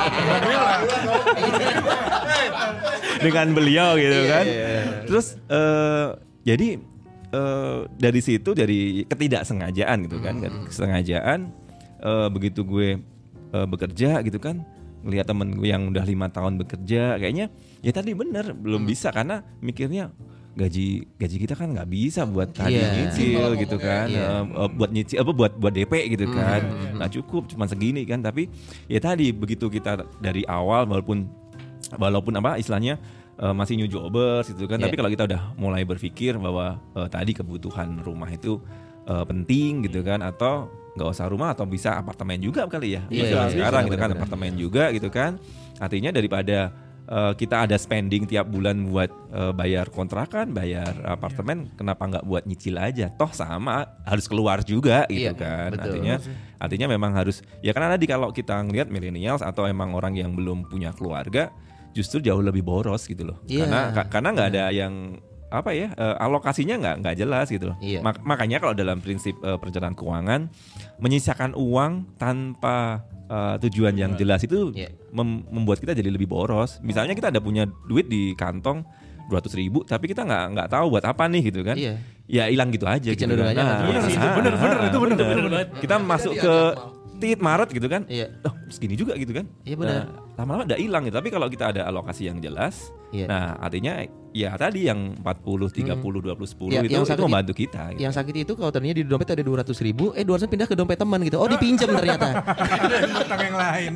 Dengan beliau gitu kan. Terus eh, jadi eh, dari situ dari ketidaksengajaan gitu kan, kesengajaan eh, begitu gue eh, bekerja gitu kan, ngelihat temen gue yang udah lima tahun bekerja, kayaknya ya tadi bener belum bisa karena mikirnya gaji gaji kita kan nggak bisa buat tadi Iya. nyicil gitu kan, Iya. eh, eh, buat nyicil apa buat buat D P gitu kan, nggak cukup cuma segini kan. Tapi ya tadi begitu kita dari awal walaupun walaupun apa istilahnya eh, masih new jobbers gitu kan, Iya. tapi kalau kita udah mulai berpikir bahwa eh, tadi kebutuhan rumah itu eh, penting gitu kan, atau nggak usah rumah atau bisa apartemen juga kali ya, Iya, zaman iya, sekarang iya, gitu kan, benar-benar. apartemen juga gitu kan. Artinya daripada eh, kita ada spending tiap bulan buat eh, bayar kontrakan, bayar apartemen, kenapa nggak buat nyicil aja? Toh sama harus keluar juga gitu Iya, kan. betul. Artinya artinya memang harus ya, karena tadi kalau kita ngelihat millennials atau emang orang yang belum punya keluarga justru jauh lebih boros gitu loh. Iya. Karena ka- karena nggak ada yang apa ya eh, alokasinya nggak nggak jelas gitu loh. Iya. Mak- makanya kalau dalam prinsip eh, perencanaan keuangan, menyisakan uang tanpa eh, tujuan yang jelas itu Iya. mem- membuat kita jadi lebih boros. Misalnya kita ada punya duit di kantong dua ratus ribu, tapi kita nggak nggak tahu buat apa nih gitu kan. Iya. Ya hilang gitu aja. Gitu kan. Kecenderungannya Nah, nanti bener ah, sih, ah, bener, bener, ah, itu bener, bener. bener banget. Kita masuk ke tit Maret gitu kan. Iya. Oh, segini juga gitu kan. Iya, benar. Nah, lama-lama udah hilang gitu. Tapi kalau kita ada alokasi yang jelas, Iya. nah artinya ya tadi yang empat puluh, tiga puluh, dua puluh, sepuluh Ya, itu yang itu sakit membantu kita gitu. Yang sakit itu kalau ternyata di dompet ada dua ratus ribu, eh dua ratus pindah ke dompet teman gitu. Oh dipinjam ternyata. Utang yang lain.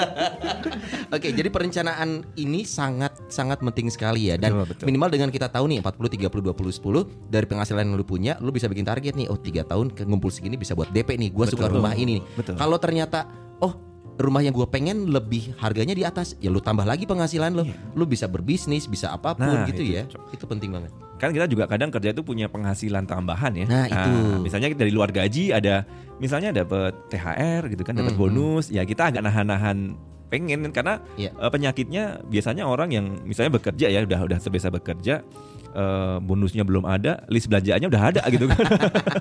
Oke, jadi perencanaan ini sangat sangat penting sekali ya, dan Betul, betul. minimal dengan kita tahu nih empat puluh, tiga puluh, dua puluh, sepuluh dari penghasilan yang lu punya, lu bisa bikin target nih. Oh, tiga tahun ke ngumpul segini bisa buat D P nih. Gua suka rumah ini nih. Betul. Kalau ternyata oh rumah yang gue pengen lebih harganya di atas, ya lu tambah lagi penghasilan lo, lu bisa berbisnis, bisa apapun Nah, gitu itu, ya, itu penting banget. Kan kita juga kadang kerja itu punya penghasilan tambahan ya. Nah, itu. Misalnya dari luar gaji ada, misalnya dapat T H R gitu kan, dapat Hmm, bonus. Ya kita agak nahan-nahan pengen kan, karena Iya. eh, penyakitnya biasanya orang yang misalnya bekerja ya udah udah sebiasa bekerja, eh, bonusnya belum ada, list belanjaannya udah ada gitu kan.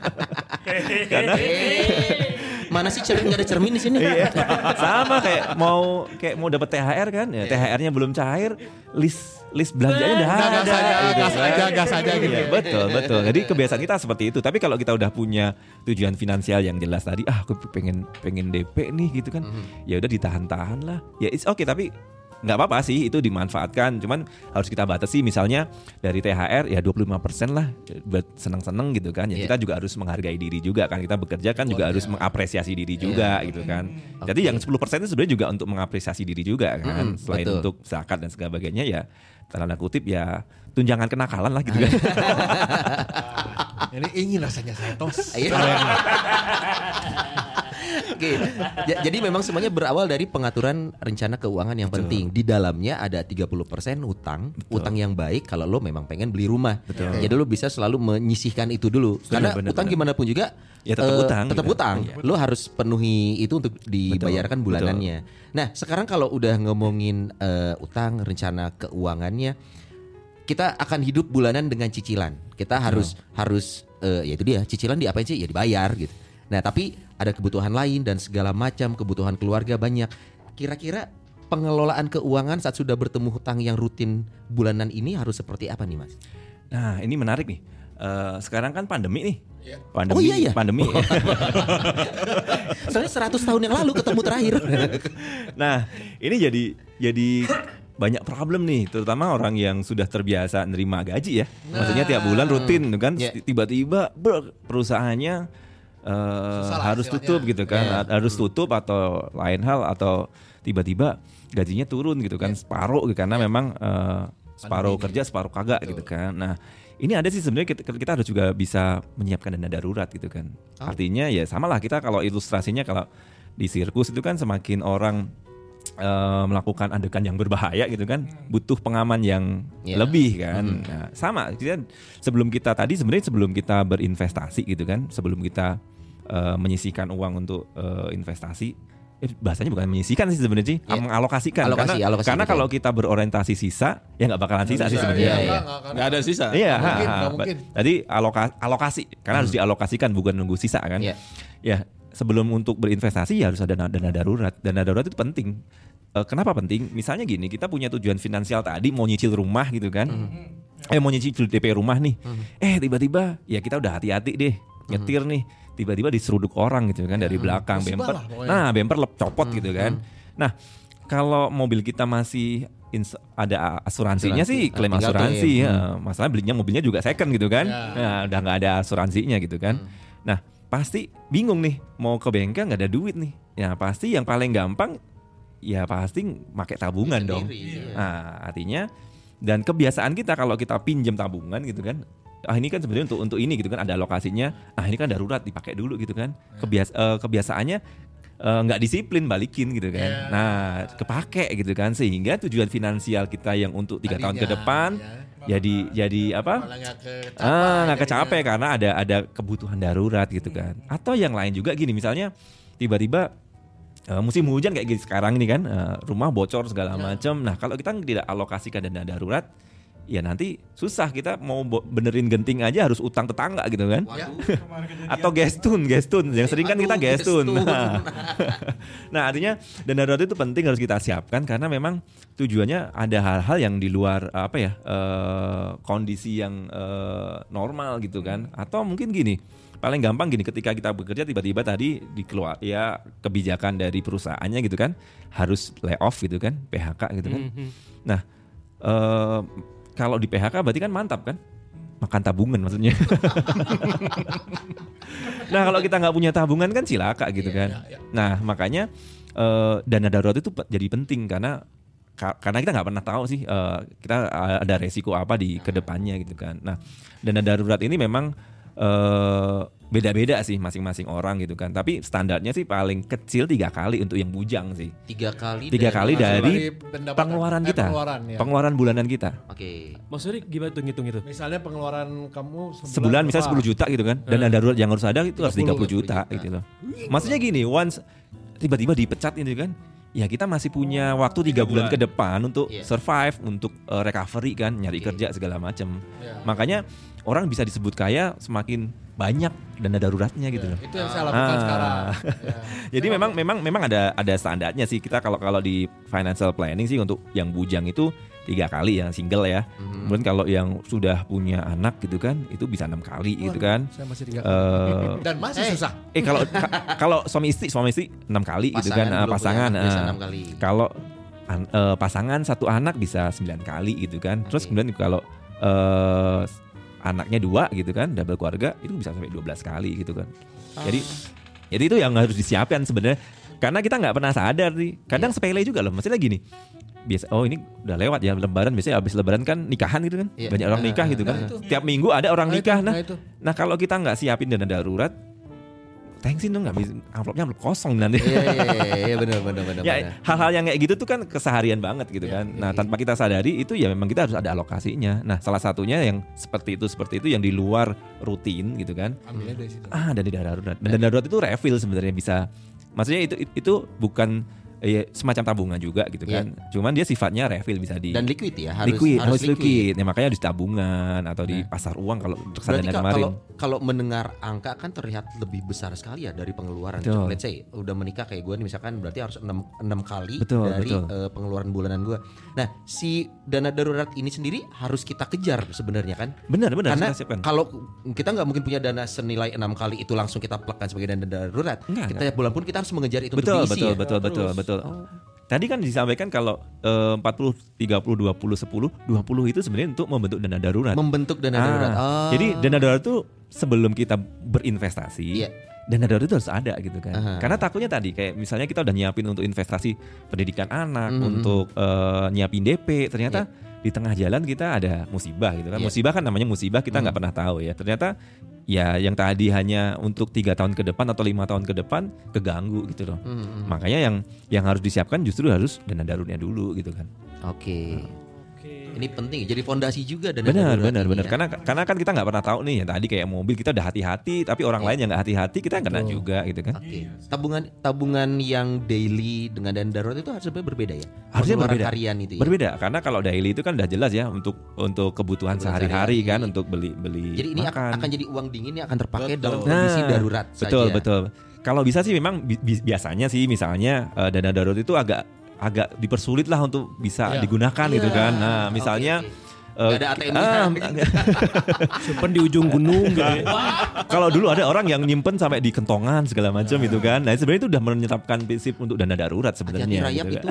Karena Mana sih cermin, nggak ada cermin di sini? iya, sama kayak mau kayak mau dapat T H R kan, ya T H R-nya belum cair, list list belanjanya udah ada. Gas aja, gitu gas kan. aja, gas aja gitu. Iya, betul, betul. Jadi kebiasaan kita seperti itu. Tapi kalau kita udah punya tujuan finansial yang jelas tadi, ah aku pengen pengen D P nih gitu kan. Ya udah ditahan-tahan lah. Ya it's okay, tapi nggak apa-apa sih itu dimanfaatkan, cuman harus kita batasi misalnya dari T H R ya dua puluh lima persen lah buat seneng-seneng gitu kan. Ya Yeah. kita juga harus menghargai diri juga kan, kita bekerja kan juga harus mengapresiasi diri juga gitu kan. Jadi Oke. yang sepuluh persen itu sebenarnya juga untuk mengapresiasi diri juga kan. Mm, Selain betul. untuk zakat dan sebagainya ya tanda kutip ya tunjangan kenakalan lah gitu kan. Ini ingin rasanya saya tos. Iya. Oke. Ja- Jadi memang semuanya berawal dari pengaturan rencana keuangan yang penting. Di dalamnya ada tiga puluh persen hutang, utang yang baik kalau lo memang pengen beli rumah. Jadi lo bisa selalu menyisihkan itu dulu. Karena bener, utang bener. gimana pun juga Ya, tetap eh, utang tetap gitu. utang. Iya. Lo harus penuhi itu untuk dibayarkan Betul, bulanannya. Nah, sekarang kalau udah ngomongin eh, utang, rencana keuangannya, kita akan hidup bulanan dengan cicilan. Kita harus harus eh, ya itu dia, cicilan diapain sih? Ya dibayar gitu. Nah, tapi ada kebutuhan lain dan segala macam kebutuhan keluarga banyak. Kira-kira pengelolaan keuangan saat sudah bertemu hutang yang rutin bulanan ini harus seperti apa nih, Mas? Nah, ini menarik nih. Eh, sekarang kan pandemi nih. Pandemi, Oh, iya, iya. pandemi. Soalnya seratus tahun yang lalu ketemu terakhir. Nah, ini jadi jadi banyak problem nih, terutama orang yang sudah terbiasa nerima gaji ya. Maksudnya tiap bulan rutin kan, Ya. tiba-tiba ber- perusahaannya eh, Susah lah harus istilahnya. tutup gitu kan, Ya. harus tutup atau lain hal atau tiba-tiba gajinya turun gitu kan, separuh gitu, karena memang eh, separuh kerja separuh kagak gitu kan. Nah, ini ada sih sebenarnya kita, kita harus juga bisa menyiapkan dana darurat gitu kan. Artinya ya sama lah kita kalau ilustrasinya kalau di sirkus itu kan semakin orang eh, melakukan adegan yang berbahaya gitu kan, butuh pengaman yang Ya. lebih kan. Nah, sama kita sebelum kita tadi sebenarnya sebelum kita berinvestasi gitu kan, sebelum kita eh, menyisihkan uang untuk eh, investasi, eh, bahasanya bukan menyisihkan sih sebenarnya sih, Ya. mengalokasikan. Alokasi, karena alokasi, karena betul. kalau kita berorientasi sisa, ya nggak bakalan sisa sih Iya, sebenarnya. Iya, iya. Nggak, nggak, Nggak ada sisa. Iya, Nggak mungkin, ha, ha. nggak mungkin. Jadi aloka- alokasi karena harus dialokasikan bukan nunggu sisa kan. Iya. Ya, sebelum untuk berinvestasi ya harus ada dana, dana darurat. Dana darurat itu penting. Eh, kenapa penting? Misalnya gini, kita punya tujuan finansial tadi mau nyicil rumah gitu kan. Eh mau nyicil D P rumah nih. Eh tiba-tiba ya kita udah hati-hati deh, nyetir nih. Tiba-tiba diseruduk orang gitu kan dari belakang, musibah bemper. lah pokoknya. Nah, bemper lep copot gitu kan. Nah, kalau mobil kita masih ins- ada asuransinya Asuransi. sih, klaim Tinggal asuransi klaim. ya. Masalah belinya mobilnya juga second gitu kan. Ya. Nah, udah nggak ada asuransinya gitu kan. Nah, pasti bingung nih mau ke bengkel nggak ada duit nih. Ya pasti yang paling gampang ya pasti pakai tabungan dong. Sendiri, iya. Nah, artinya dan kebiasaan kita kalau kita pinjam tabungan gitu kan. Ah ini kan sebenarnya untuk untuk ini gitu kan ada alokasinya. Ah ini kan darurat dipakai dulu gitu kan. Kebias eh, kebiasaannya eh, nggak disiplin balikin gitu kan. Iya. Nah, kepake gitu kan sehingga tujuan finansial kita yang untuk tiga tahun ke Tadinya, depan ya. jadi jadi apa? Malah nggak kecapai Ah, nggak jadinya. kecapek karena ada ada kebutuhan darurat gitu kan. Atau yang lain juga gini, misalnya tiba-tiba eh, musim hujan kayak gini sekarang ini kan, eh, rumah bocor segala macam. Nah, kalau kita tidak alokasikan dana darurat, ya nanti susah kita mau bo- benerin genting aja harus utang tetangga gitu kan. Atau gestun, gestun yang sering kan kita Aduh, gestun. gestun. Nah, nah, artinya dana darurat itu penting harus kita siapkan karena memang tujuannya ada hal-hal yang di luar apa ya eh, kondisi yang eh, normal gitu kan. Atau mungkin gini, paling gampang gini ketika kita bekerja tiba-tiba tadi dikeluar ya kebijakan dari perusahaannya gitu kan harus layoff gitu kan, P H K gitu kan. Nah, eh, kalau di P H K berarti kan mantap kan? Makan tabungan maksudnya. Nah kalau kita nggak punya tabungan kan cilaka gitu kan. Nah makanya eh, dana darurat itu pe- jadi penting karena ka- karena kita nggak pernah tahu sih eh, kita eh, ada resiko apa di kedepannya gitu kan. Nah dana darurat ini memang eh, beda-beda sih masing-masing orang gitu kan. Tapi standarnya sih paling kecil tiga kali untuk yang bujang sih. Tiga kali. Tiga dari- kali Dari dari pendapatan. pengeluaran Eh, kita, pengeluaran, ya. pengeluaran bulanan kita. Oke. Maksudnya gimana tuh ngitung itu? Misalnya pengeluaran kamu sebulan, Sebulan misalnya berapa? sepuluh juta gitu kan. Dana darurat yang harus ada itu harus tiga puluh tiga puluh juta gitu loh. Maksudnya gini, once tiba-tiba dipecat ini kan, ya kita masih punya waktu tiga bulan ke depan untuk Iya. survive, untuk uh, recovery kan, nyari Oke. kerja segala macam. Iya. Makanya orang bisa disebut kaya semakin banyak dana daruratnya gitu loh. Itu yang saya lakukan Ah. sekarang. Ya. Jadi memang memang memang ada ada standarnya sih kita kalau kalau di financial planning sih untuk yang bujang itu tiga kali yang single ya. Kemudian kalau yang sudah punya anak gitu kan itu bisa enam kali gitu kan. Saya masih tiga. Eh, Dan masih Eh. susah. eh kalau ka- kalau suami istri suami istri enam kali gitu kan Pasangan eh, belum pasangan. punya, biasa eh. enam kali. Kalau an- uh, pasangan satu anak bisa sembilan kali gitu kan. Terus Oke. kemudian kalau uh, anaknya dua gitu kan, double keluarga itu bisa sampai dua belas kali gitu kan. Jadi jadi itu yang harus disiapkan sebenarnya. Karena kita nggak pernah sadar nih. Kadang sepele juga loh. Maksudnya gini. Biasa oh ini udah lewat ya lebaran, biasanya habis lebaran kan nikahan gitu kan. Iya. Banyak orang nikah gitu kan. Tiap minggu ada orang Nah, nikah. itu, Nah, nah, itu. nah kalau kita nggak siapin dana darurat, thanksin dong nggak bisa amplopnya amplop kosong nanti. Iya iya iya, iya benar benar benar. Ya benar. hal-hal yang kayak gitu tuh kan keseharian banget gitu kan. Nah tanpa kita sadari itu ya memang kita harus ada alokasinya. Nah salah satunya yang seperti itu seperti itu yang di luar rutin gitu kan. Ambilnya dari situ. Ah dari dana darurat. Dan dana darurat itu refill sebenarnya bisa. Maksudnya itu itu bukan eh, semacam tabungan juga gitu kan. Cuman dia sifatnya refill bisa di Dan liquid ya, harus liquid, harus harus liquid. Ya, makanya di tabungan atau di pasar uang kalau Berarti reksadana ka- kemarin. kalau kalau mendengar angka kan terlihat lebih besar sekali ya dari pengeluaran. Betul. Let's say udah menikah kayak gue nih misalkan berarti harus enam, enam kali Betul, dari betul. eh, pengeluaran bulanan gue. Nah, si dana darurat ini sendiri harus kita kejar sebenarnya kan? Benar benar Karena kita siapkan. kalau kita nggak mungkin punya dana senilai enam kali itu langsung kita plekkan sebagai dana darurat. Enggak, kita tiap bulan pun kita harus mengejar itu Betul, untuk diisi betul, ya. betul, betul, betul. Tadi kan disampaikan kalau eh, empat puluh, tiga puluh, dua puluh, sepuluh, dua puluh itu sebenarnya untuk membentuk dana darurat. Membentuk dana Ah, darurat. Oh. Jadi dana darurat itu sebelum kita berinvestasi, Iya. dana darurat itu harus ada gitu kan. Aha. Karena takutnya tadi kayak misalnya kita udah nyiapin untuk investasi pendidikan anak, Mhm. untuk eh, nyiapin D P, ternyata di tengah jalan kita ada musibah gitu kan. Iya. Musibah kan namanya musibah, kita nggak pernah tahu ya. Ternyata ya yang tadi hanya untuk tiga tahun ke depan atau lima tahun ke depan keganggu gitu loh. Mhm. Makanya yang yang harus disiapkan justru harus dana daruratnya dulu gitu kan. Oke. Ini penting jadi fondasi juga dana Benar, darurat benar, ini benar. ya. Karena karena kan kita nggak pernah tahu nih yang tadi kayak mobil kita udah hati-hati, tapi orang lain yang nggak hati-hati kita kena juga gitu kan. Oke. Tabungan tabungan yang daily dengan dana darurat itu harusnya berbeda ya. Harusnya Pengeluaran berbeda. harian itu ya. Berbeda karena kalau daily itu kan udah jelas ya untuk untuk kebutuhan Kebutuhan sehari-hari sehari-hari. kan, untuk beli beli Jadi ini makan. akan, akan jadi uang dingin yang akan terpakai Betul. dalam kondisi Nah, darurat betul, saja. betul. Kalau bisa sih memang bi- bi- biasanya sih misalnya eh, dana darurat itu agak agak dipersulit lah untuk bisa Iya. digunakan gitu kan. Nah, misalnya Oke, oke. eh, Nggak ada A T M-nya. ah, Simpen di ujung gunung gitu ya. kalau dulu ada orang yang nyimpen sampai di kentongan segala macam itu kan. Nah, sebenarnya itu udah menetapkan prinsip untuk dana darurat Hati-hati sebenarnya. rayap gitu itu.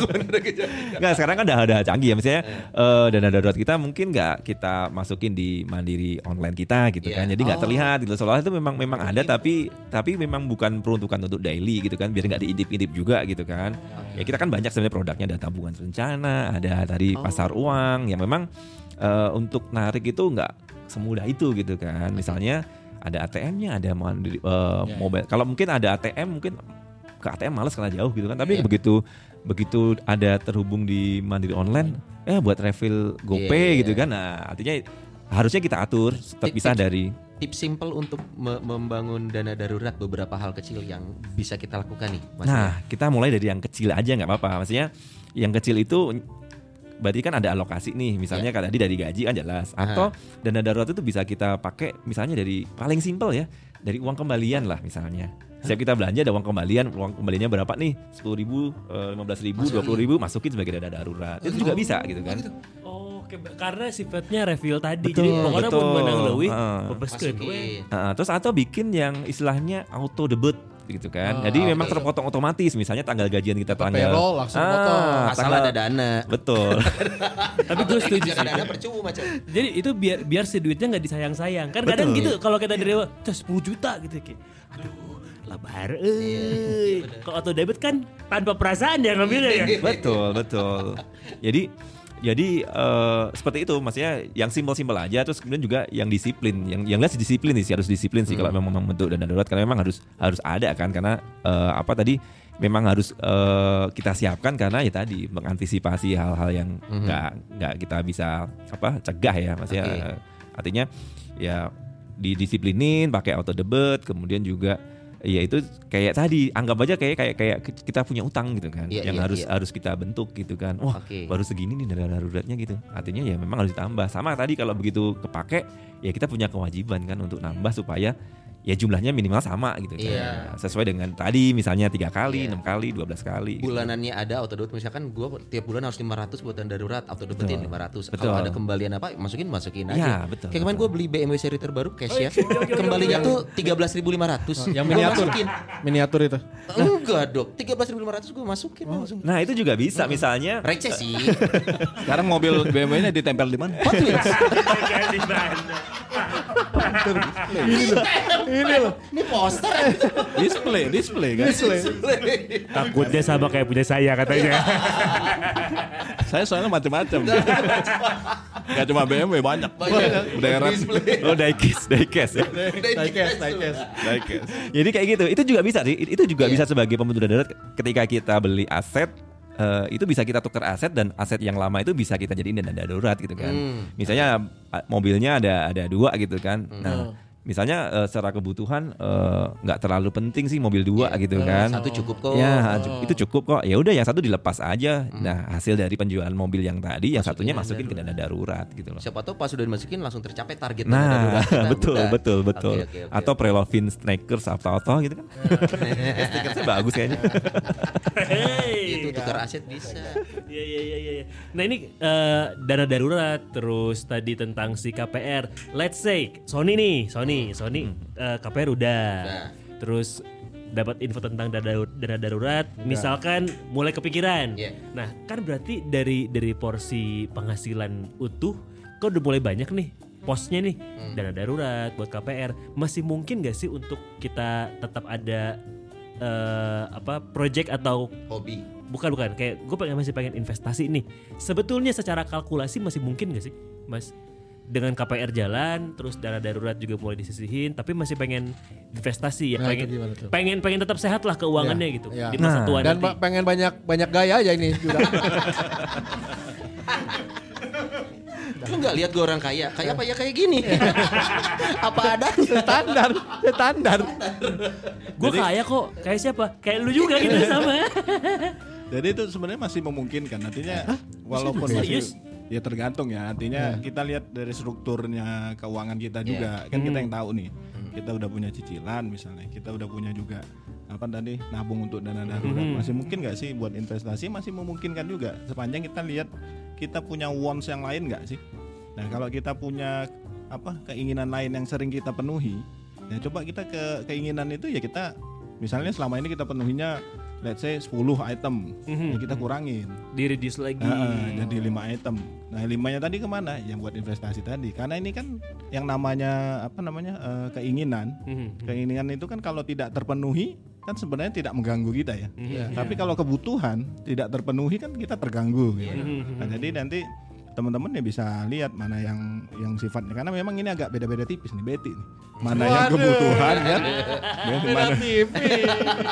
kan. Nggak, sekarang kan udah ada canggih ya. Misalnya eh, dana darurat kita mungkin nggak kita masukin di mandiri online kita gitu Iya. kan. Jadi nggak Oh. terlihat gitu. Soalnya itu memang memang ada tapi tapi memang bukan peruntukan untuk daily gitu kan. Biar nggak diintip-intip juga gitu kan. Ya kita kan banyak sebenarnya produknya, ada tabungan rencana, ada tadi Oh. pasar uang yang memang eh, untuk narik itu nggak semudah itu gitu kan. Misalnya ada A T M-nya, ada mandiri, eh, Ya, mobile. Kalau mungkin ada A T M mungkin ke A T M males karena jauh gitu kan. Tapi Iya. begitu begitu ada terhubung di mandiri online, eh buat refill GoPay Iya, gitu iya. kan. Nah, artinya harusnya kita atur terpisah Tips- dari Tips simple untuk me- membangun dana darurat, beberapa hal kecil yang bisa kita lakukan nih, Mas. Nah, kita mulai dari yang kecil aja nggak apa-apa. Maksudnya yang kecil itu berarti kan ada alokasi nih, misalnya kan tadi dari gaji kan jelas. Atau dana darurat itu bisa kita pakai misalnya dari paling simpel ya, dari uang kembalian lah misalnya. Setiap kita belanja ada uang kembalian, uang kembaliannya berapa nih? sepuluh ribu, lima belas ribu, dua puluh ribu, masukin sebagai dana darurat. Itu juga bisa gitu kan. Oh, oke. Karena sifatnya refill tadi. Betul, Jadi pokoknya betul. pun menang leuwih, Heeh. pepeskeun we. Masukin. Nah, terus atau bikin yang istilahnya auto debit gitu kan. Jadi oke. memang terpotong otomatis. Misalnya tanggal gajian kita tanggal Payroll langsung potong. Asal tanggal- ada dana. Betul. Tapi gue setuju Jangan sih. ada percuma, Cak. Jadi itu biar biar si duitnya nggak disayang-sayang. Kan kadang Betul. gitu kalau kita dari awal, "Cah, sepuluh juta gitu kayak. Aduh, lebar euy. Kalau auto debit kan tanpa perasaan dia ngambilnya ya. betul, betul. Jadi jadi eh, seperti itu, maksudnya yang simpel-simpel aja, terus kemudian juga yang disiplin, yang yang jelas disiplin sih, harus disiplin sih kalau memang membentuk dana darurat, karena memang harus harus ada kan, karena eh, apa tadi memang harus eh, kita siapkan karena ya tadi mengantisipasi hal-hal yang nggak nggak kita bisa apa cegah ya, maksudnya Oke. eh, artinya ya didisiplinin, pakai auto debit, kemudian juga ya itu kayak tadi anggap aja kayak kayak kayak kita punya utang gitu kan, Iya, yang iya, harus iya. harus kita bentuk gitu kan. Wah, Oke. baru segini nih dana daruratnya gitu. Artinya ya memang harus ditambah. Sama tadi kalau begitu kepake ya kita punya kewajiban kan untuk nambah supaya ya jumlahnya minimal sama gitu kan. Iya. Sesuai dengan tadi misalnya tiga kali, Iya. enam kali, dua belas kali. gitu. Bulanannya ada auto debit, misalkan gue tiap bulan harus lima ratus buat dana darurat, auto debitin Betul. lima ratus. Betul. Kalau ada kembalian apa masukin masukin aja. Ya, betul, Kayak kemarin gue beli B M W seri terbaru cash ya. Kembalinya tuh tiga belas ribu lima ratus. Yang miniatur. Masukin. Miniatur itu. Enggak dok, tiga belas ribu lima ratus gue masukin langsung. Nah itu juga bisa misalnya. Receh sih. Sekarang mobil B M W-nya ditempel di mana? Hot Wheels. Di mana? Ini loh. Ini poster. Display, display kan. Takutnya sama kayak punya saya katanya. Saya soalnya macam-macam. Gak cuma B M W, banyak. Banyak. Daerah. Oh diecast, diecast ya. Diecast, diecast. Diecast. Jadi kayak gitu. Itu juga bisa sih. Itu juga Iya. bisa sebagai pembentuk dana darurat ketika kita beli aset. Uh, itu bisa kita tukar aset dan aset yang lama itu bisa kita jadiin dana darurat gitu kan. Hmm. Misalnya uh, mobilnya ada ada dua gitu kan. Nah, misalnya uh, secara kebutuhan uh, nggak terlalu penting sih mobil dua Iya. gitu kan. Satu cukup kok. Ya, cu- itu cukup kok. Ya udah yang satu dilepas aja. Nah, hasil dari penjualan mobil yang tadi yang Masukin satunya dana masukin ke dana darurat gitu loh. Siapa tahu pas sudah dimasukin langsung tercapai target dana Nah, darurat kita, betul, bukan? betul, betul. Oke, oke, oke, Atau oke. Prelovin Sneakers auto-auto gitu kan. Sneakersnya bagus kayaknya. Hey. itu tukar aset bisa. Iya iya iya iya. Nah ini eh, dana darurat terus tadi tentang si K P R. Let's say Sony nih, Sony, Sony eh, K P R udah. Udah. Terus dapat info tentang dana, dana darurat, misalkan mulai kepikiran. Iya. Nah, kan berarti dari dari porsi penghasilan utuh kok udah mulai banyak nih posnya nih dana darurat buat K P R. Masih mungkin gak sih untuk kita tetap ada eh, apa project atau Hobi. bukan bukan kayak gue pengen masih pengen investasi nih. Sebetulnya secara kalkulasi masih mungkin gak sih, Mas? Dengan K P R jalan, terus dana darurat juga mulai disisihin, tapi masih pengen investasi ya, Nah, pengen itu gimana tuh? pengen pengen tetap sehat lah keuangannya Iya, gitu iya. di masa Nah, tua Dan nanti. ba- pengen banyak banyak gaya aja ini juga. Lu nggak lihat gue orang kaya, kaya apa ya kayak gini? Apa adanya? Standar, standar. Gue kaya kok, kayak siapa? Kayak lu juga gitu sama. Jadi itu sebenarnya masih memungkinkan. Artinya walaupun Serius? masih ya tergantung ya. Artinya kita lihat dari strukturnya keuangan kita juga. Kan kita yang tahu nih. Kita udah punya cicilan misalnya. Kita udah punya juga apa tadi nabung untuk dana darurat. Masih mungkin nggak sih buat investasi? Masih memungkinkan juga. Sepanjang kita lihat kita punya wants yang lain nggak sih? Nah kalau kita punya apa keinginan lain yang sering kita penuhi, ya coba kita ke keinginan itu ya kita misalnya selama ini kita penuhinya let's say sepuluh item, ya kita kurangin. Di reduce lagi. Nah, jadi lima item. Nah, limanya tadi kemana? Yang buat investasi tadi. Karena ini kan yang namanya apa namanya eh, keinginan. Mhm. Keinginan itu kan kalau tidak terpenuhi kan sebenarnya tidak mengganggu kita ya. Tapi kalau kebutuhan tidak terpenuhi kan kita terganggu. Gitu. Nah, jadi nanti teman-teman ya bisa lihat mana yang yang sifatnya karena memang ini agak beda-beda tipis nih Betty nih. Mana yang Waduh. kebutuhan kan? Mana- tipis.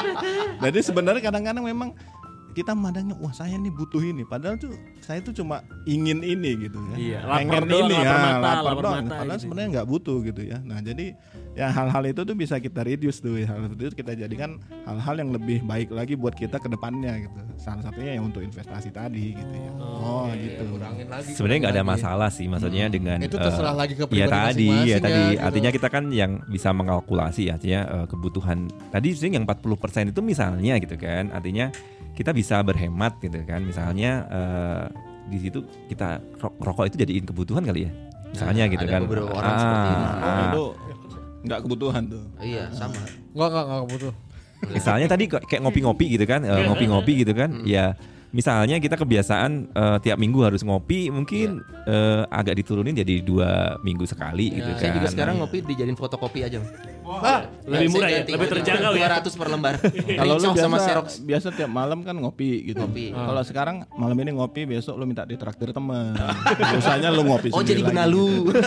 Jadi sebenarnya kadang-kadang memang kita mandangnya wah saya nih butuh ini padahal tuh saya tuh cuma ingin ini gitu ya. Iya, lapar Pengen doang, ini lapar ya, mata, lapar lapar doang. mata Padahal gitu. sebenarnya nggak butuh gitu ya. Nah, jadi ya hal-hal itu tuh bisa kita reduce tuh, hal itu kita jadikan hal-hal yang lebih baik lagi buat kita ke depannya gitu. Salah satunya yang untuk investasi tadi gitu ya. Oh, gitu. Kurangin lagi. Sebenarnya nggak ada kurangin lagi. masalah sih, maksudnya dengan Itu eh, terserah lagi ke ya pribadi tadi, ya masing-masing tadi. ya, gitu. Artinya kita kan yang bisa mengalkulasi, artinya eh, kebutuhan. Tadi sebenarnya yang empat puluh persen itu misalnya gitu kan, artinya kita bisa berhemat gitu kan. Misalnya eh, di situ kita ro- rokok itu jadiin kebutuhan kali ya, misalnya Nah, gitu ada kan. beberapa orang seperti itu. Oh, ah. itu nggak kebutuhan tuh. Iya sama. Enggak enggak enggak butuh. Misalnya tadi kok kayak ngopi-ngopi gitu kan, eh, ngopi-ngopi gitu kan, ya misalnya kita kebiasaan eh, tiap minggu harus ngopi, mungkin eh, agak diturunin jadi dua minggu sekali gitu kan. Saya juga sekarang ngopi dijadiin fotokopi aja. Ah, Lebih murah ya, lebih terjangkau ya. dua ratus per lembar. Kalau lu Ricoh biasa, sama Xerox. biasa tiap malam kan ngopi gitu. Ngopi. Kalau sekarang malam ini ngopi, besok lu minta ditraktir temen. Usahanya lu ngopi Oh sendiri jadi lagi. benalu.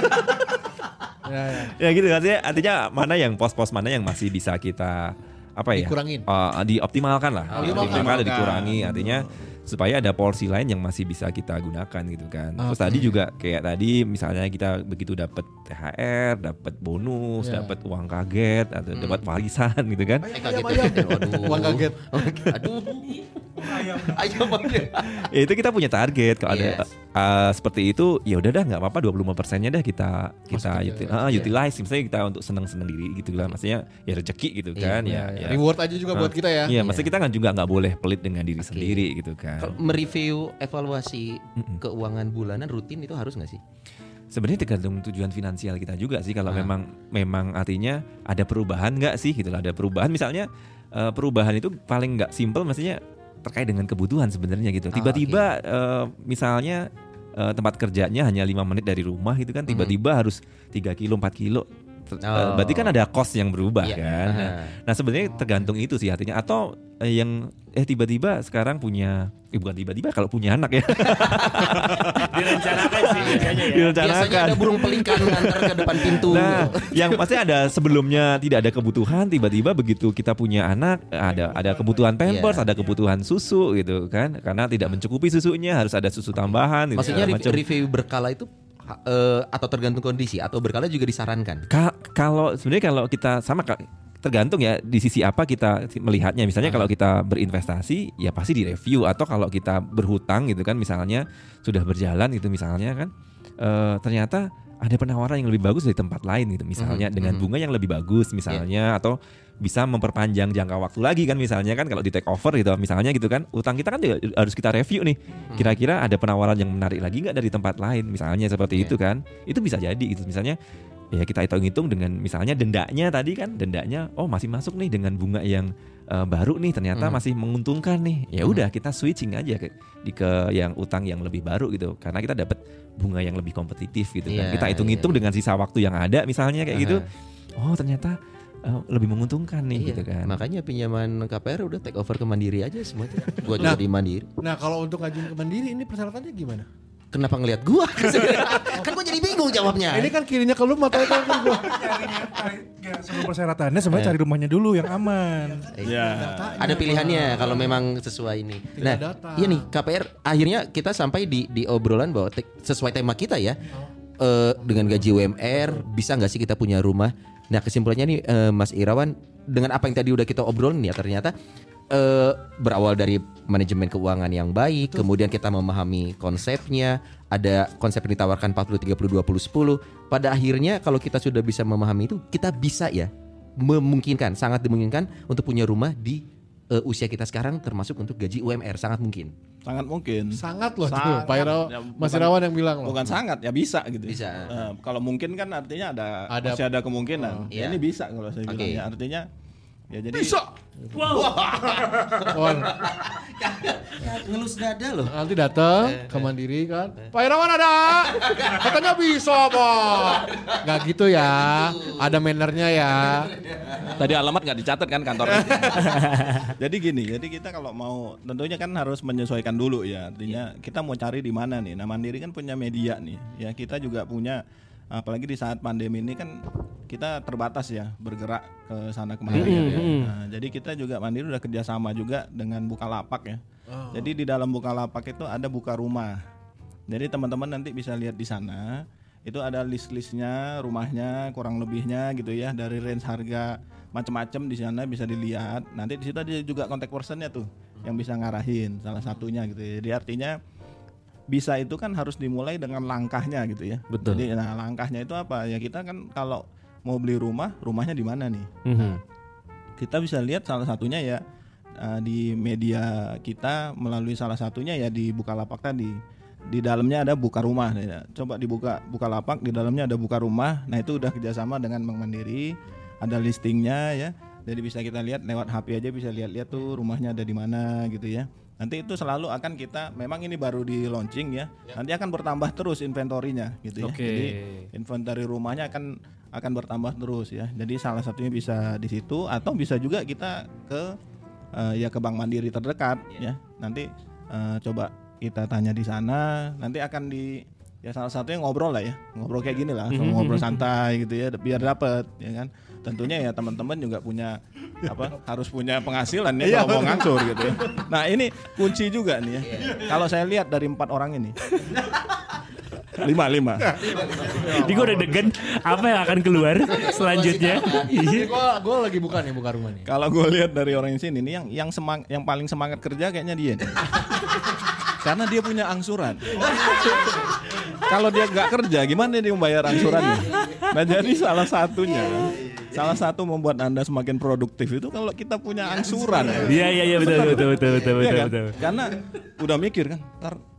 ya ya. Ya gitu artinya, artinya mana yang pos-pos mana yang masih bisa kita apa ya? Dikurangin. Eh, dioptimalkan lah. Optimalkan. Dioptimalkan, dikurangi artinya supaya ada porsi lain yang masih bisa kita gunakan gitu kan. Terus tadi juga kayak tadi misalnya kita begitu dapat T H R, dapat bonus, Ya. dapat uang kaget atau dapat warisan gitu kan. Eh kaget ya. Waduh. Uang kaget. Aduh. Ayam aja. Ya itu kita punya target kalau ada Yes. uh, seperti itu ya udah dah nggak apa-apa dua puluh lima persennya dah kita kita Masukin uti- ke- ah, utilize misalnya kita untuk senang-senang diri gitu lah maksudnya ya rezeki gitu kan Iya, ya, ya. Reward aja juga buat kita ya. Iya, maksudnya kita kan juga nggak boleh pelit dengan diri sendiri gitu kan. Kalau mereview evaluasi keuangan bulanan rutin itu harus nggak sih? Sebenarnya tergantung tujuan finansial kita juga sih kalau Ah. memang memang artinya ada perubahan nggak sih gitu lah ada perubahan misalnya uh, perubahan itu paling nggak simple, maksudnya terkait dengan kebutuhan sebenarnya gitu. Tiba-tiba oh, okay. uh, misalnya uh, tempat kerjanya hanya lima menit dari rumah gitu kan, tiba-tiba hmm. harus tiga kilo empat kilo. Oh. Uh, berarti kan ada cost yang berubah yeah. kan. Nah, nah sebenarnya tergantung itu sih artinya. Atau uh, yang eh tiba-tiba sekarang punya, eh bukan tiba-tiba kalau punya anak ya. Direncanakan sih biasanya ya. Direncanakan. Biasanya ada burung pelikan ngantar ke depan pintu. Nah, yang pasti ada sebelumnya tidak ada kebutuhan, tiba-tiba begitu kita punya anak ada ada kebutuhan pampers, yeah. ada kebutuhan susu gitu kan. Karena tidak mencukupi susunya, harus ada susu tambahan gitu. Maksudnya review, review berkala itu Uh, atau tergantung kondisi atau berkala juga disarankan. Ka- kalau sebenarnya kalau kita sama tergantung ya di sisi apa kita melihatnya. Misalnya uh-huh. kalau kita berinvestasi ya pasti direview, atau kalau kita berhutang gitu kan misalnya sudah berjalan gitu misalnya kan uh, ternyata ada penawaran yang lebih bagus dari tempat lain gitu misalnya uh-huh. dengan bunga yang lebih bagus misalnya yeah. atau bisa memperpanjang jangka waktu lagi kan misalnya kan kalau di take over gitu misalnya gitu kan utang kita kan juga harus kita review nih kira-kira ada penawaran yang menarik lagi nggak dari tempat lain misalnya seperti yeah. itu kan itu bisa jadi gitu misalnya ya kita hitung-hitung dengan misalnya dendanya tadi kan dendanya oh masih masuk nih dengan bunga yang uh, baru nih ternyata hmm. masih menguntungkan nih ya udah kita switching aja ke di ke yang utang yang lebih baru gitu karena kita dapat bunga yang lebih kompetitif gitu yeah, kan kita hitung-hitung yeah. dengan sisa waktu yang ada misalnya kayak uh-huh. gitu oh ternyata Uh, lebih menguntungkan nih iya, gitu kan. Makanya pinjaman K P R udah take over ke Mandiri aja semua itu. Gua juga nah, di Mandiri. Nah, kalau untuk ngajuin ke Mandiri ini persyaratannya gimana? Kenapa ngelihat gua? Kan gua jadi bingung jawabnya. Ini kan kirinya ke lu matanya kan gua. Sebelum persyaratannya sebenarnya cari rumahnya dulu yang aman. Iya. Ada pilihannya kalau memang sesuai ini. Nah, iya nih K P R akhirnya kita sampai di di obrolan bahwa te- sesuai tema kita ya. Uh, dengan gaji U M R bisa nggak sih kita punya rumah? Nah kesimpulannya nih uh, Mas Irawan dengan apa yang tadi udah kita obrolin ya ternyata uh, berawal dari manajemen keuangan yang baik, betul. Kemudian kita memahami konsepnya, ada konsep yang ditawarkan empat puluh tiga puluh dua puluh sepuluh. Pada akhirnya kalau kita sudah bisa memahami itu, kita bisa ya memungkinkan, sangat dimungkinkan untuk punya rumah di uh, usia kita sekarang termasuk untuk gaji U M R sangat mungkin. Sangat mungkin. Sangat loh sangat, tuh, Pak Irawan, ya, Mas Irawan yang bilang loh. Bukan sangat, ya bisa gitu. Bisa. Uh, kalau mungkin kan artinya ada, ada masih ada kemungkinan. Oh, ya, iya. Ini bisa kalau saya bilang okay. ya artinya ya jadi bisa. Wow. wow. Ngelus dada loh. Nanti datang ke Mandiri kan. Pak Irawan ada. Katanya bisa, Pak. Gak gitu ya. Ada mannernya ya. Tadi alamat nggak dicatat kan kantornya. Jadi gini, jadi kita kalau mau tentunya kan harus menyesuaikan dulu ya. Artinya kita mau cari di mana nih. Nah Mandiri kan punya media nih. Ya kita juga punya, apalagi di saat pandemi ini kan kita terbatas ya bergerak ke sana kemari. Mm-hmm. ya. Nah, jadi kita juga Mandiri udah kerjasama juga dengan Bukalapak ya. Oh. Jadi di dalam Bukalapak itu ada buka rumah. Jadi teman-teman nanti bisa lihat di sana. Itu ada list-listnya, rumahnya, kurang lebihnya gitu ya, dari range harga macam-macam di sana bisa dilihat. Nanti di situ ada juga contact personnya tuh yang bisa ngarahin salah satunya gitu ya. Jadi artinya bisa itu kan harus dimulai dengan langkahnya gitu ya. Betul. Jadi nah langkahnya itu apa? Ya kita kan kalau mau beli rumah, rumahnya di mana nih? Mm-hmm. Nah, kita bisa lihat salah satunya ya uh, di media kita melalui salah satunya ya di Bukalapak tadi. Di dalamnya ada buka rumah, coba dibuka Bukalapak, di dalamnya ada buka rumah. Nah itu udah kerjasama dengan Bank Mandiri, ada listingnya ya. Jadi bisa kita lihat lewat H P aja bisa lihat-lihat tuh rumahnya ada di mana gitu ya. Nanti itu selalu akan kita, memang ini baru di launching ya. Nanti akan bertambah terus inventorinya gitu ya. Okay. Jadi inventory rumahnya akan akan bertambah terus ya. Jadi salah satunya bisa di situ atau bisa juga kita ke uh, ya ke Bank Mandiri terdekat ya. Nanti uh, coba kita tanya di sana, nanti akan di ya salah satunya ngobrol lah ya, ngobrol kayak gini lah, mm-hmm. ngobrol santai gitu ya, biar dapet ya kan. Tentunya ya teman-teman juga punya apa, harus punya penghasilan ya kalau mau ngangsur gitu ya. Nah ini kunci juga nih ya. Kalau saya lihat dari empat orang ini, lima lima. Jadi gue udah degen apa yang akan keluar selanjutnya. Gue gue lagi buka nih, buka rumah nih. Kalau gue lihat dari orang di sini nih, yang yang semang, yang paling semangat kerja kayaknya dia. Karena dia punya angsuran. Kalau dia nggak kerja, gimana dia membayar angsurannya? Nah jadi salah satunya, salah satu membuat Anda semakin produktif itu kalau kita punya angsuran. Iya iya iya betul betul betul betul ya betul, kan? betul. Karena udah mikir kan, ntar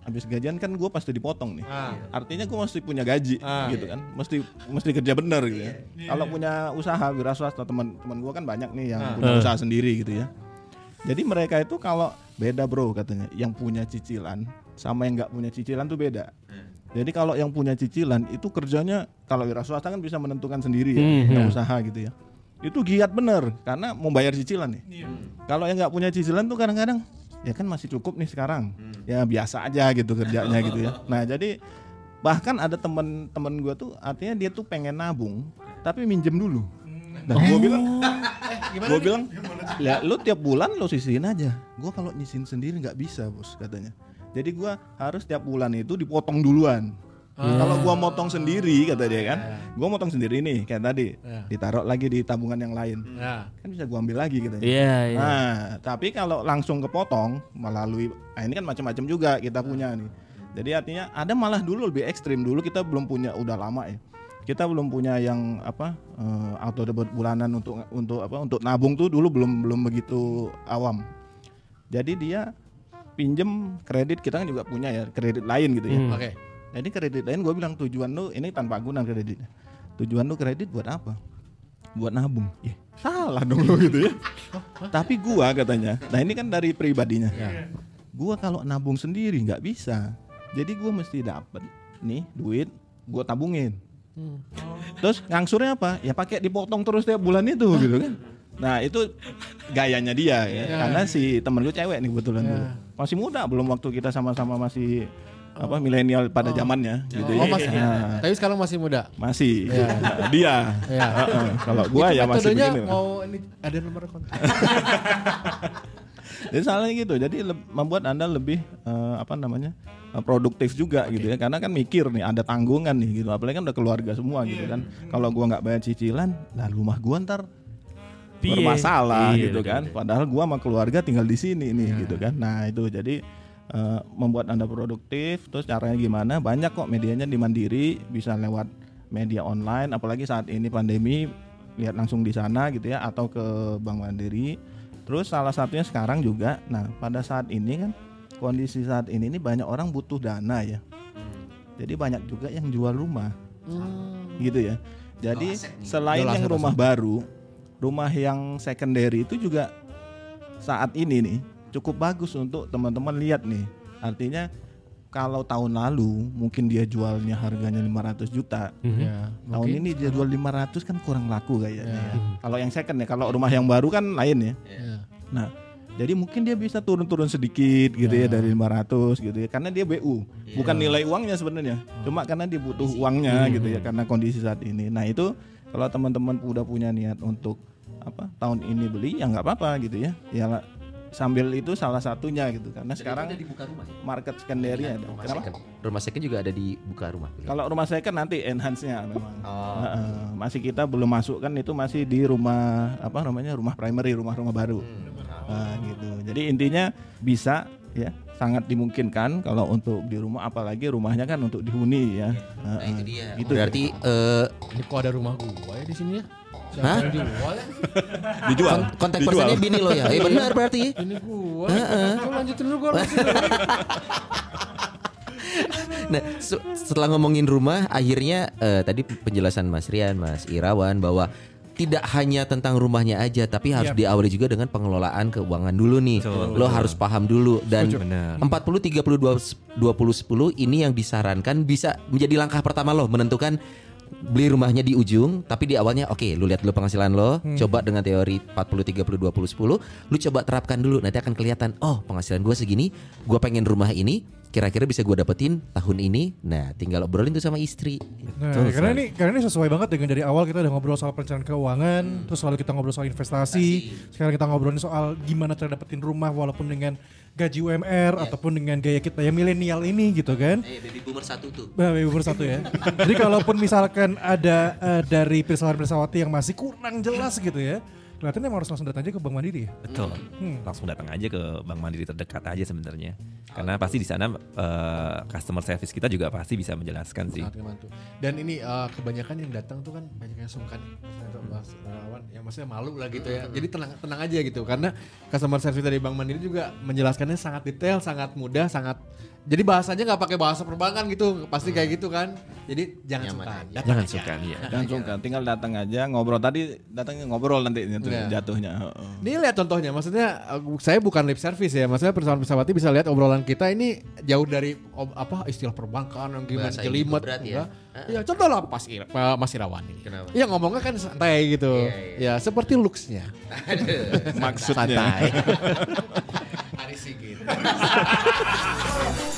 habis gajian kan gue pasti dipotong nih. Ah. Artinya gue mesti punya gaji Ah. gitu kan. Mesti mesti kerja bener gitu ya. Kalau punya usaha wira swasta, teman-teman gue kan banyak nih yang Ah. punya Ah. usaha sendiri gitu ya. Jadi mereka itu kalau beda bro katanya, yang punya cicilan sama yang nggak punya cicilan tuh beda. Jadi kalau yang punya cicilan itu kerjanya, kalau wira swasta kan bisa menentukan sendiri ya, Hmm, punya ya. usaha gitu ya. Itu giat bener karena mau bayar cicilan nih. Kalau yang nggak punya cicilan tuh kadang-kadang ya kan masih cukup nih sekarang, ya biasa aja gitu kerjanya gitu ya. Nah jadi bahkan ada teman-teman gue tuh artinya dia tuh pengen nabung tapi minjem dulu. Nah gue bilang, gue bilang, ya lu tiap bulan lu sisihin aja. Gue kalau nyisihin sendiri nggak bisa bos katanya. Jadi gue harus tiap bulan itu dipotong duluan. Kalau gua motong sendiri kata dia kan, gua motong sendiri nih kayak tadi, Ya. ditaruh lagi di tabungan yang lain, Ya. kan bisa gua ambil lagi katanya. Iya, iya. Nah, tapi kalau langsung kepotong melalui, nah ini kan macam-macam juga kita punya nih. Jadi artinya ada malah dulu lebih ekstrim, dulu kita belum punya, udah lama ya. Kita belum punya yang apa uh, auto debit bulanan untuk untuk apa untuk nabung tuh dulu belum belum begitu awam. Jadi dia pinjem kredit, kita kan juga punya ya kredit lain gitu ya. Hmm. Oke. Jadi kredit lain gue bilang tujuan lu ini tanpa guna kreditnya. Tujuan lu kredit buat apa? Buat nabung. Ya, salah dong lu gitu ya. Tapi gua katanya, nah ini kan dari pribadinya. Gua kalau nabung sendiri nggak bisa. Jadi gua mesti dapat nih duit, gua tabungin. Terus ngangsurnya apa? Ya pakai dipotong terus tiap bulan itu gitu kan. Nah itu gayanya dia ya. Karena si temen gue cewek nih kebetulan dulu. Masih muda, belum waktu kita sama-sama masih apa milenial pada zamannya gitu Oh ya. masih. Nah, Tapi sekarang masih muda. masih. Iya. Nah, dia. Iya. Heeh. Kalau gua Itu ya masih metodenya begini. mau ini ada nomor kontak. Jadi salahnya gitu. Jadi le- membuat Anda lebih eh, apa namanya? eh, produktif juga gitu ya. Karena kan mikir nih ada tanggungan nih gitu. Apalagi kan udah keluarga semua gitu kan. Kalau gua nggak bayar cicilan, lah rumah gua ntar Piye? bermasalah Iya, gitu betul, kan. betul. Padahal gua sama keluarga tinggal di sini nih gitu kan. Nah, itu jadi eh, membuat Anda produktif. Terus caranya gimana? Banyak kok medianya di Mandiri, bisa lewat media online apalagi saat ini pandemi, lihat langsung di sana gitu ya atau ke Bank Mandiri. Terus salah satunya sekarang juga, nah pada saat ini kan kondisi saat ini ini banyak orang butuh dana ya. Jadi banyak juga yang jual rumah. Gitu ya. Jadi selain Jual yang aset, rumah baru, rumah yang secondary itu juga saat ini nih cukup bagus untuk teman-teman lihat nih. Artinya kalau tahun lalu mungkin dia jualnya harganya lima ratus juta. Ya, Tahun ini dia jual lima ratus kan kurang laku kayaknya ya. Kalau yang second ya, kalau rumah yang baru kan lain ya. Ya. Nah, jadi mungkin dia bisa turun-turun sedikit gitu ya dari lima ratus gitu ya. Karena dia B U, bukan nilai uangnya sebenarnya. Cuma karena dia butuh uangnya gitu ya karena kondisi saat ini. Nah, itu kalau teman-teman udah punya niat untuk apa tahun ini beli ya nggak apa-apa gitu ya. Ya sambil itu salah satunya gitu karena sekarang ada di buka rumah ya? market secondary ada. Rumah Kenapa? second. Rumah second juga ada di buka rumah. Kalau rumah saya kan nanti enhance-nya memang. Oh. Heeh, masih kita belum masuk kan itu masih di rumah apa namanya rumah primary, rumah-rumah baru. Nah, gitu. Jadi intinya bisa ya sangat dimungkinkan kalau untuk di rumah apalagi rumahnya kan untuk dihuni ya. Nah, itu dia. Gitu. Berarti eh, Ini kok ada rumah gua ya di sini ya? Siapa Hah? yang dijual ya? dijual. kon- kontak dijual. personnya bini lo ya. Eh benar berarti. Ini gua. Coba lanjutin dulu gua. lanjutin dulu. Nah, se- setelah ngomongin rumah, akhirnya eh, tadi penjelasan Mas Rian, Mas Irawan bahwa tidak hanya tentang rumahnya aja, tapi harus Yap. diawali juga dengan pengelolaan keuangan dulu nih. Betul, Lo betul. harus paham dulu dan Benar. empat puluh tiga puluh dua puluh sepuluh ini yang disarankan bisa menjadi langkah pertama lo menentukan beli rumahnya di ujung, tapi di awalnya oke, lu lihat dulu penghasilan lo, coba dengan teori empat puluh tiga puluh dua puluh sepuluh, lu coba terapkan dulu, nanti akan kelihatan, oh penghasilan gue segini, gue pengen rumah ini, kira-kira bisa gue dapetin tahun ini. Nah, tinggal obrolin tuh sama istri. Nah, karena ini karena ini sesuai banget dengan dari awal kita udah ngobrol soal perencanaan keuangan, terus lalu kita ngobrol soal investasi, sekarang kita ngobrolin soal gimana cara dapetin rumah walaupun dengan gaji U M R ataupun dengan gaya kita yang milenial ini gitu kan. Eh, baby boomer satu tuh. Bah, baby boomer satu ya. Jadi kalaupun misalkan ada eh, dari pirsawan-pirsawati yang masih kurang jelas gitu ya, Kelihatannya emang harus langsung datang aja ke Bank Mandiri ya. Betul. Hmm. Langsung datang aja ke Bank Mandiri terdekat aja sebenarnya. Karena pasti di sana uh, customer service kita juga pasti bisa menjelaskan sih. Sangat ngebantu. Dan ini uh, kebanyakan yang datang tuh kan banyak yang sungkan, maksudnya tuh Mas Relawan, yang maksudnya malu lah gitu ya. Jadi tenang tenang aja gitu karena customer service dari Bank Mandiri juga menjelaskannya sangat detail, sangat mudah, sangat jadi bahasanya nggak pakai bahasa perbankan gitu, pasti kayak gitu kan. Jadi jangan Nyaman sungkan. aja. datang Jangan aja. sungkan ya. Jangan sungkan, tinggal datang aja ngobrol tadi datang ngobrol nanti itu Iya. jatuhnya. Heeh. Ini lihat contohnya, maksudnya uh, saya bukan lip service ya, maksudnya pesawat pesawati bisa lihat obrolan kita ini jauh dari ob, apa istilah perbankan yang gimana Bahasa jelimet, Indo berat ya. enggak. Ya contoh lah pas Ira- Pak Mas Irawan ini. Kenapa? Iya ngomongnya kan santai gitu, Iya, ya seperti looks-nya. Maksudnya. Santai. Hari Sigit.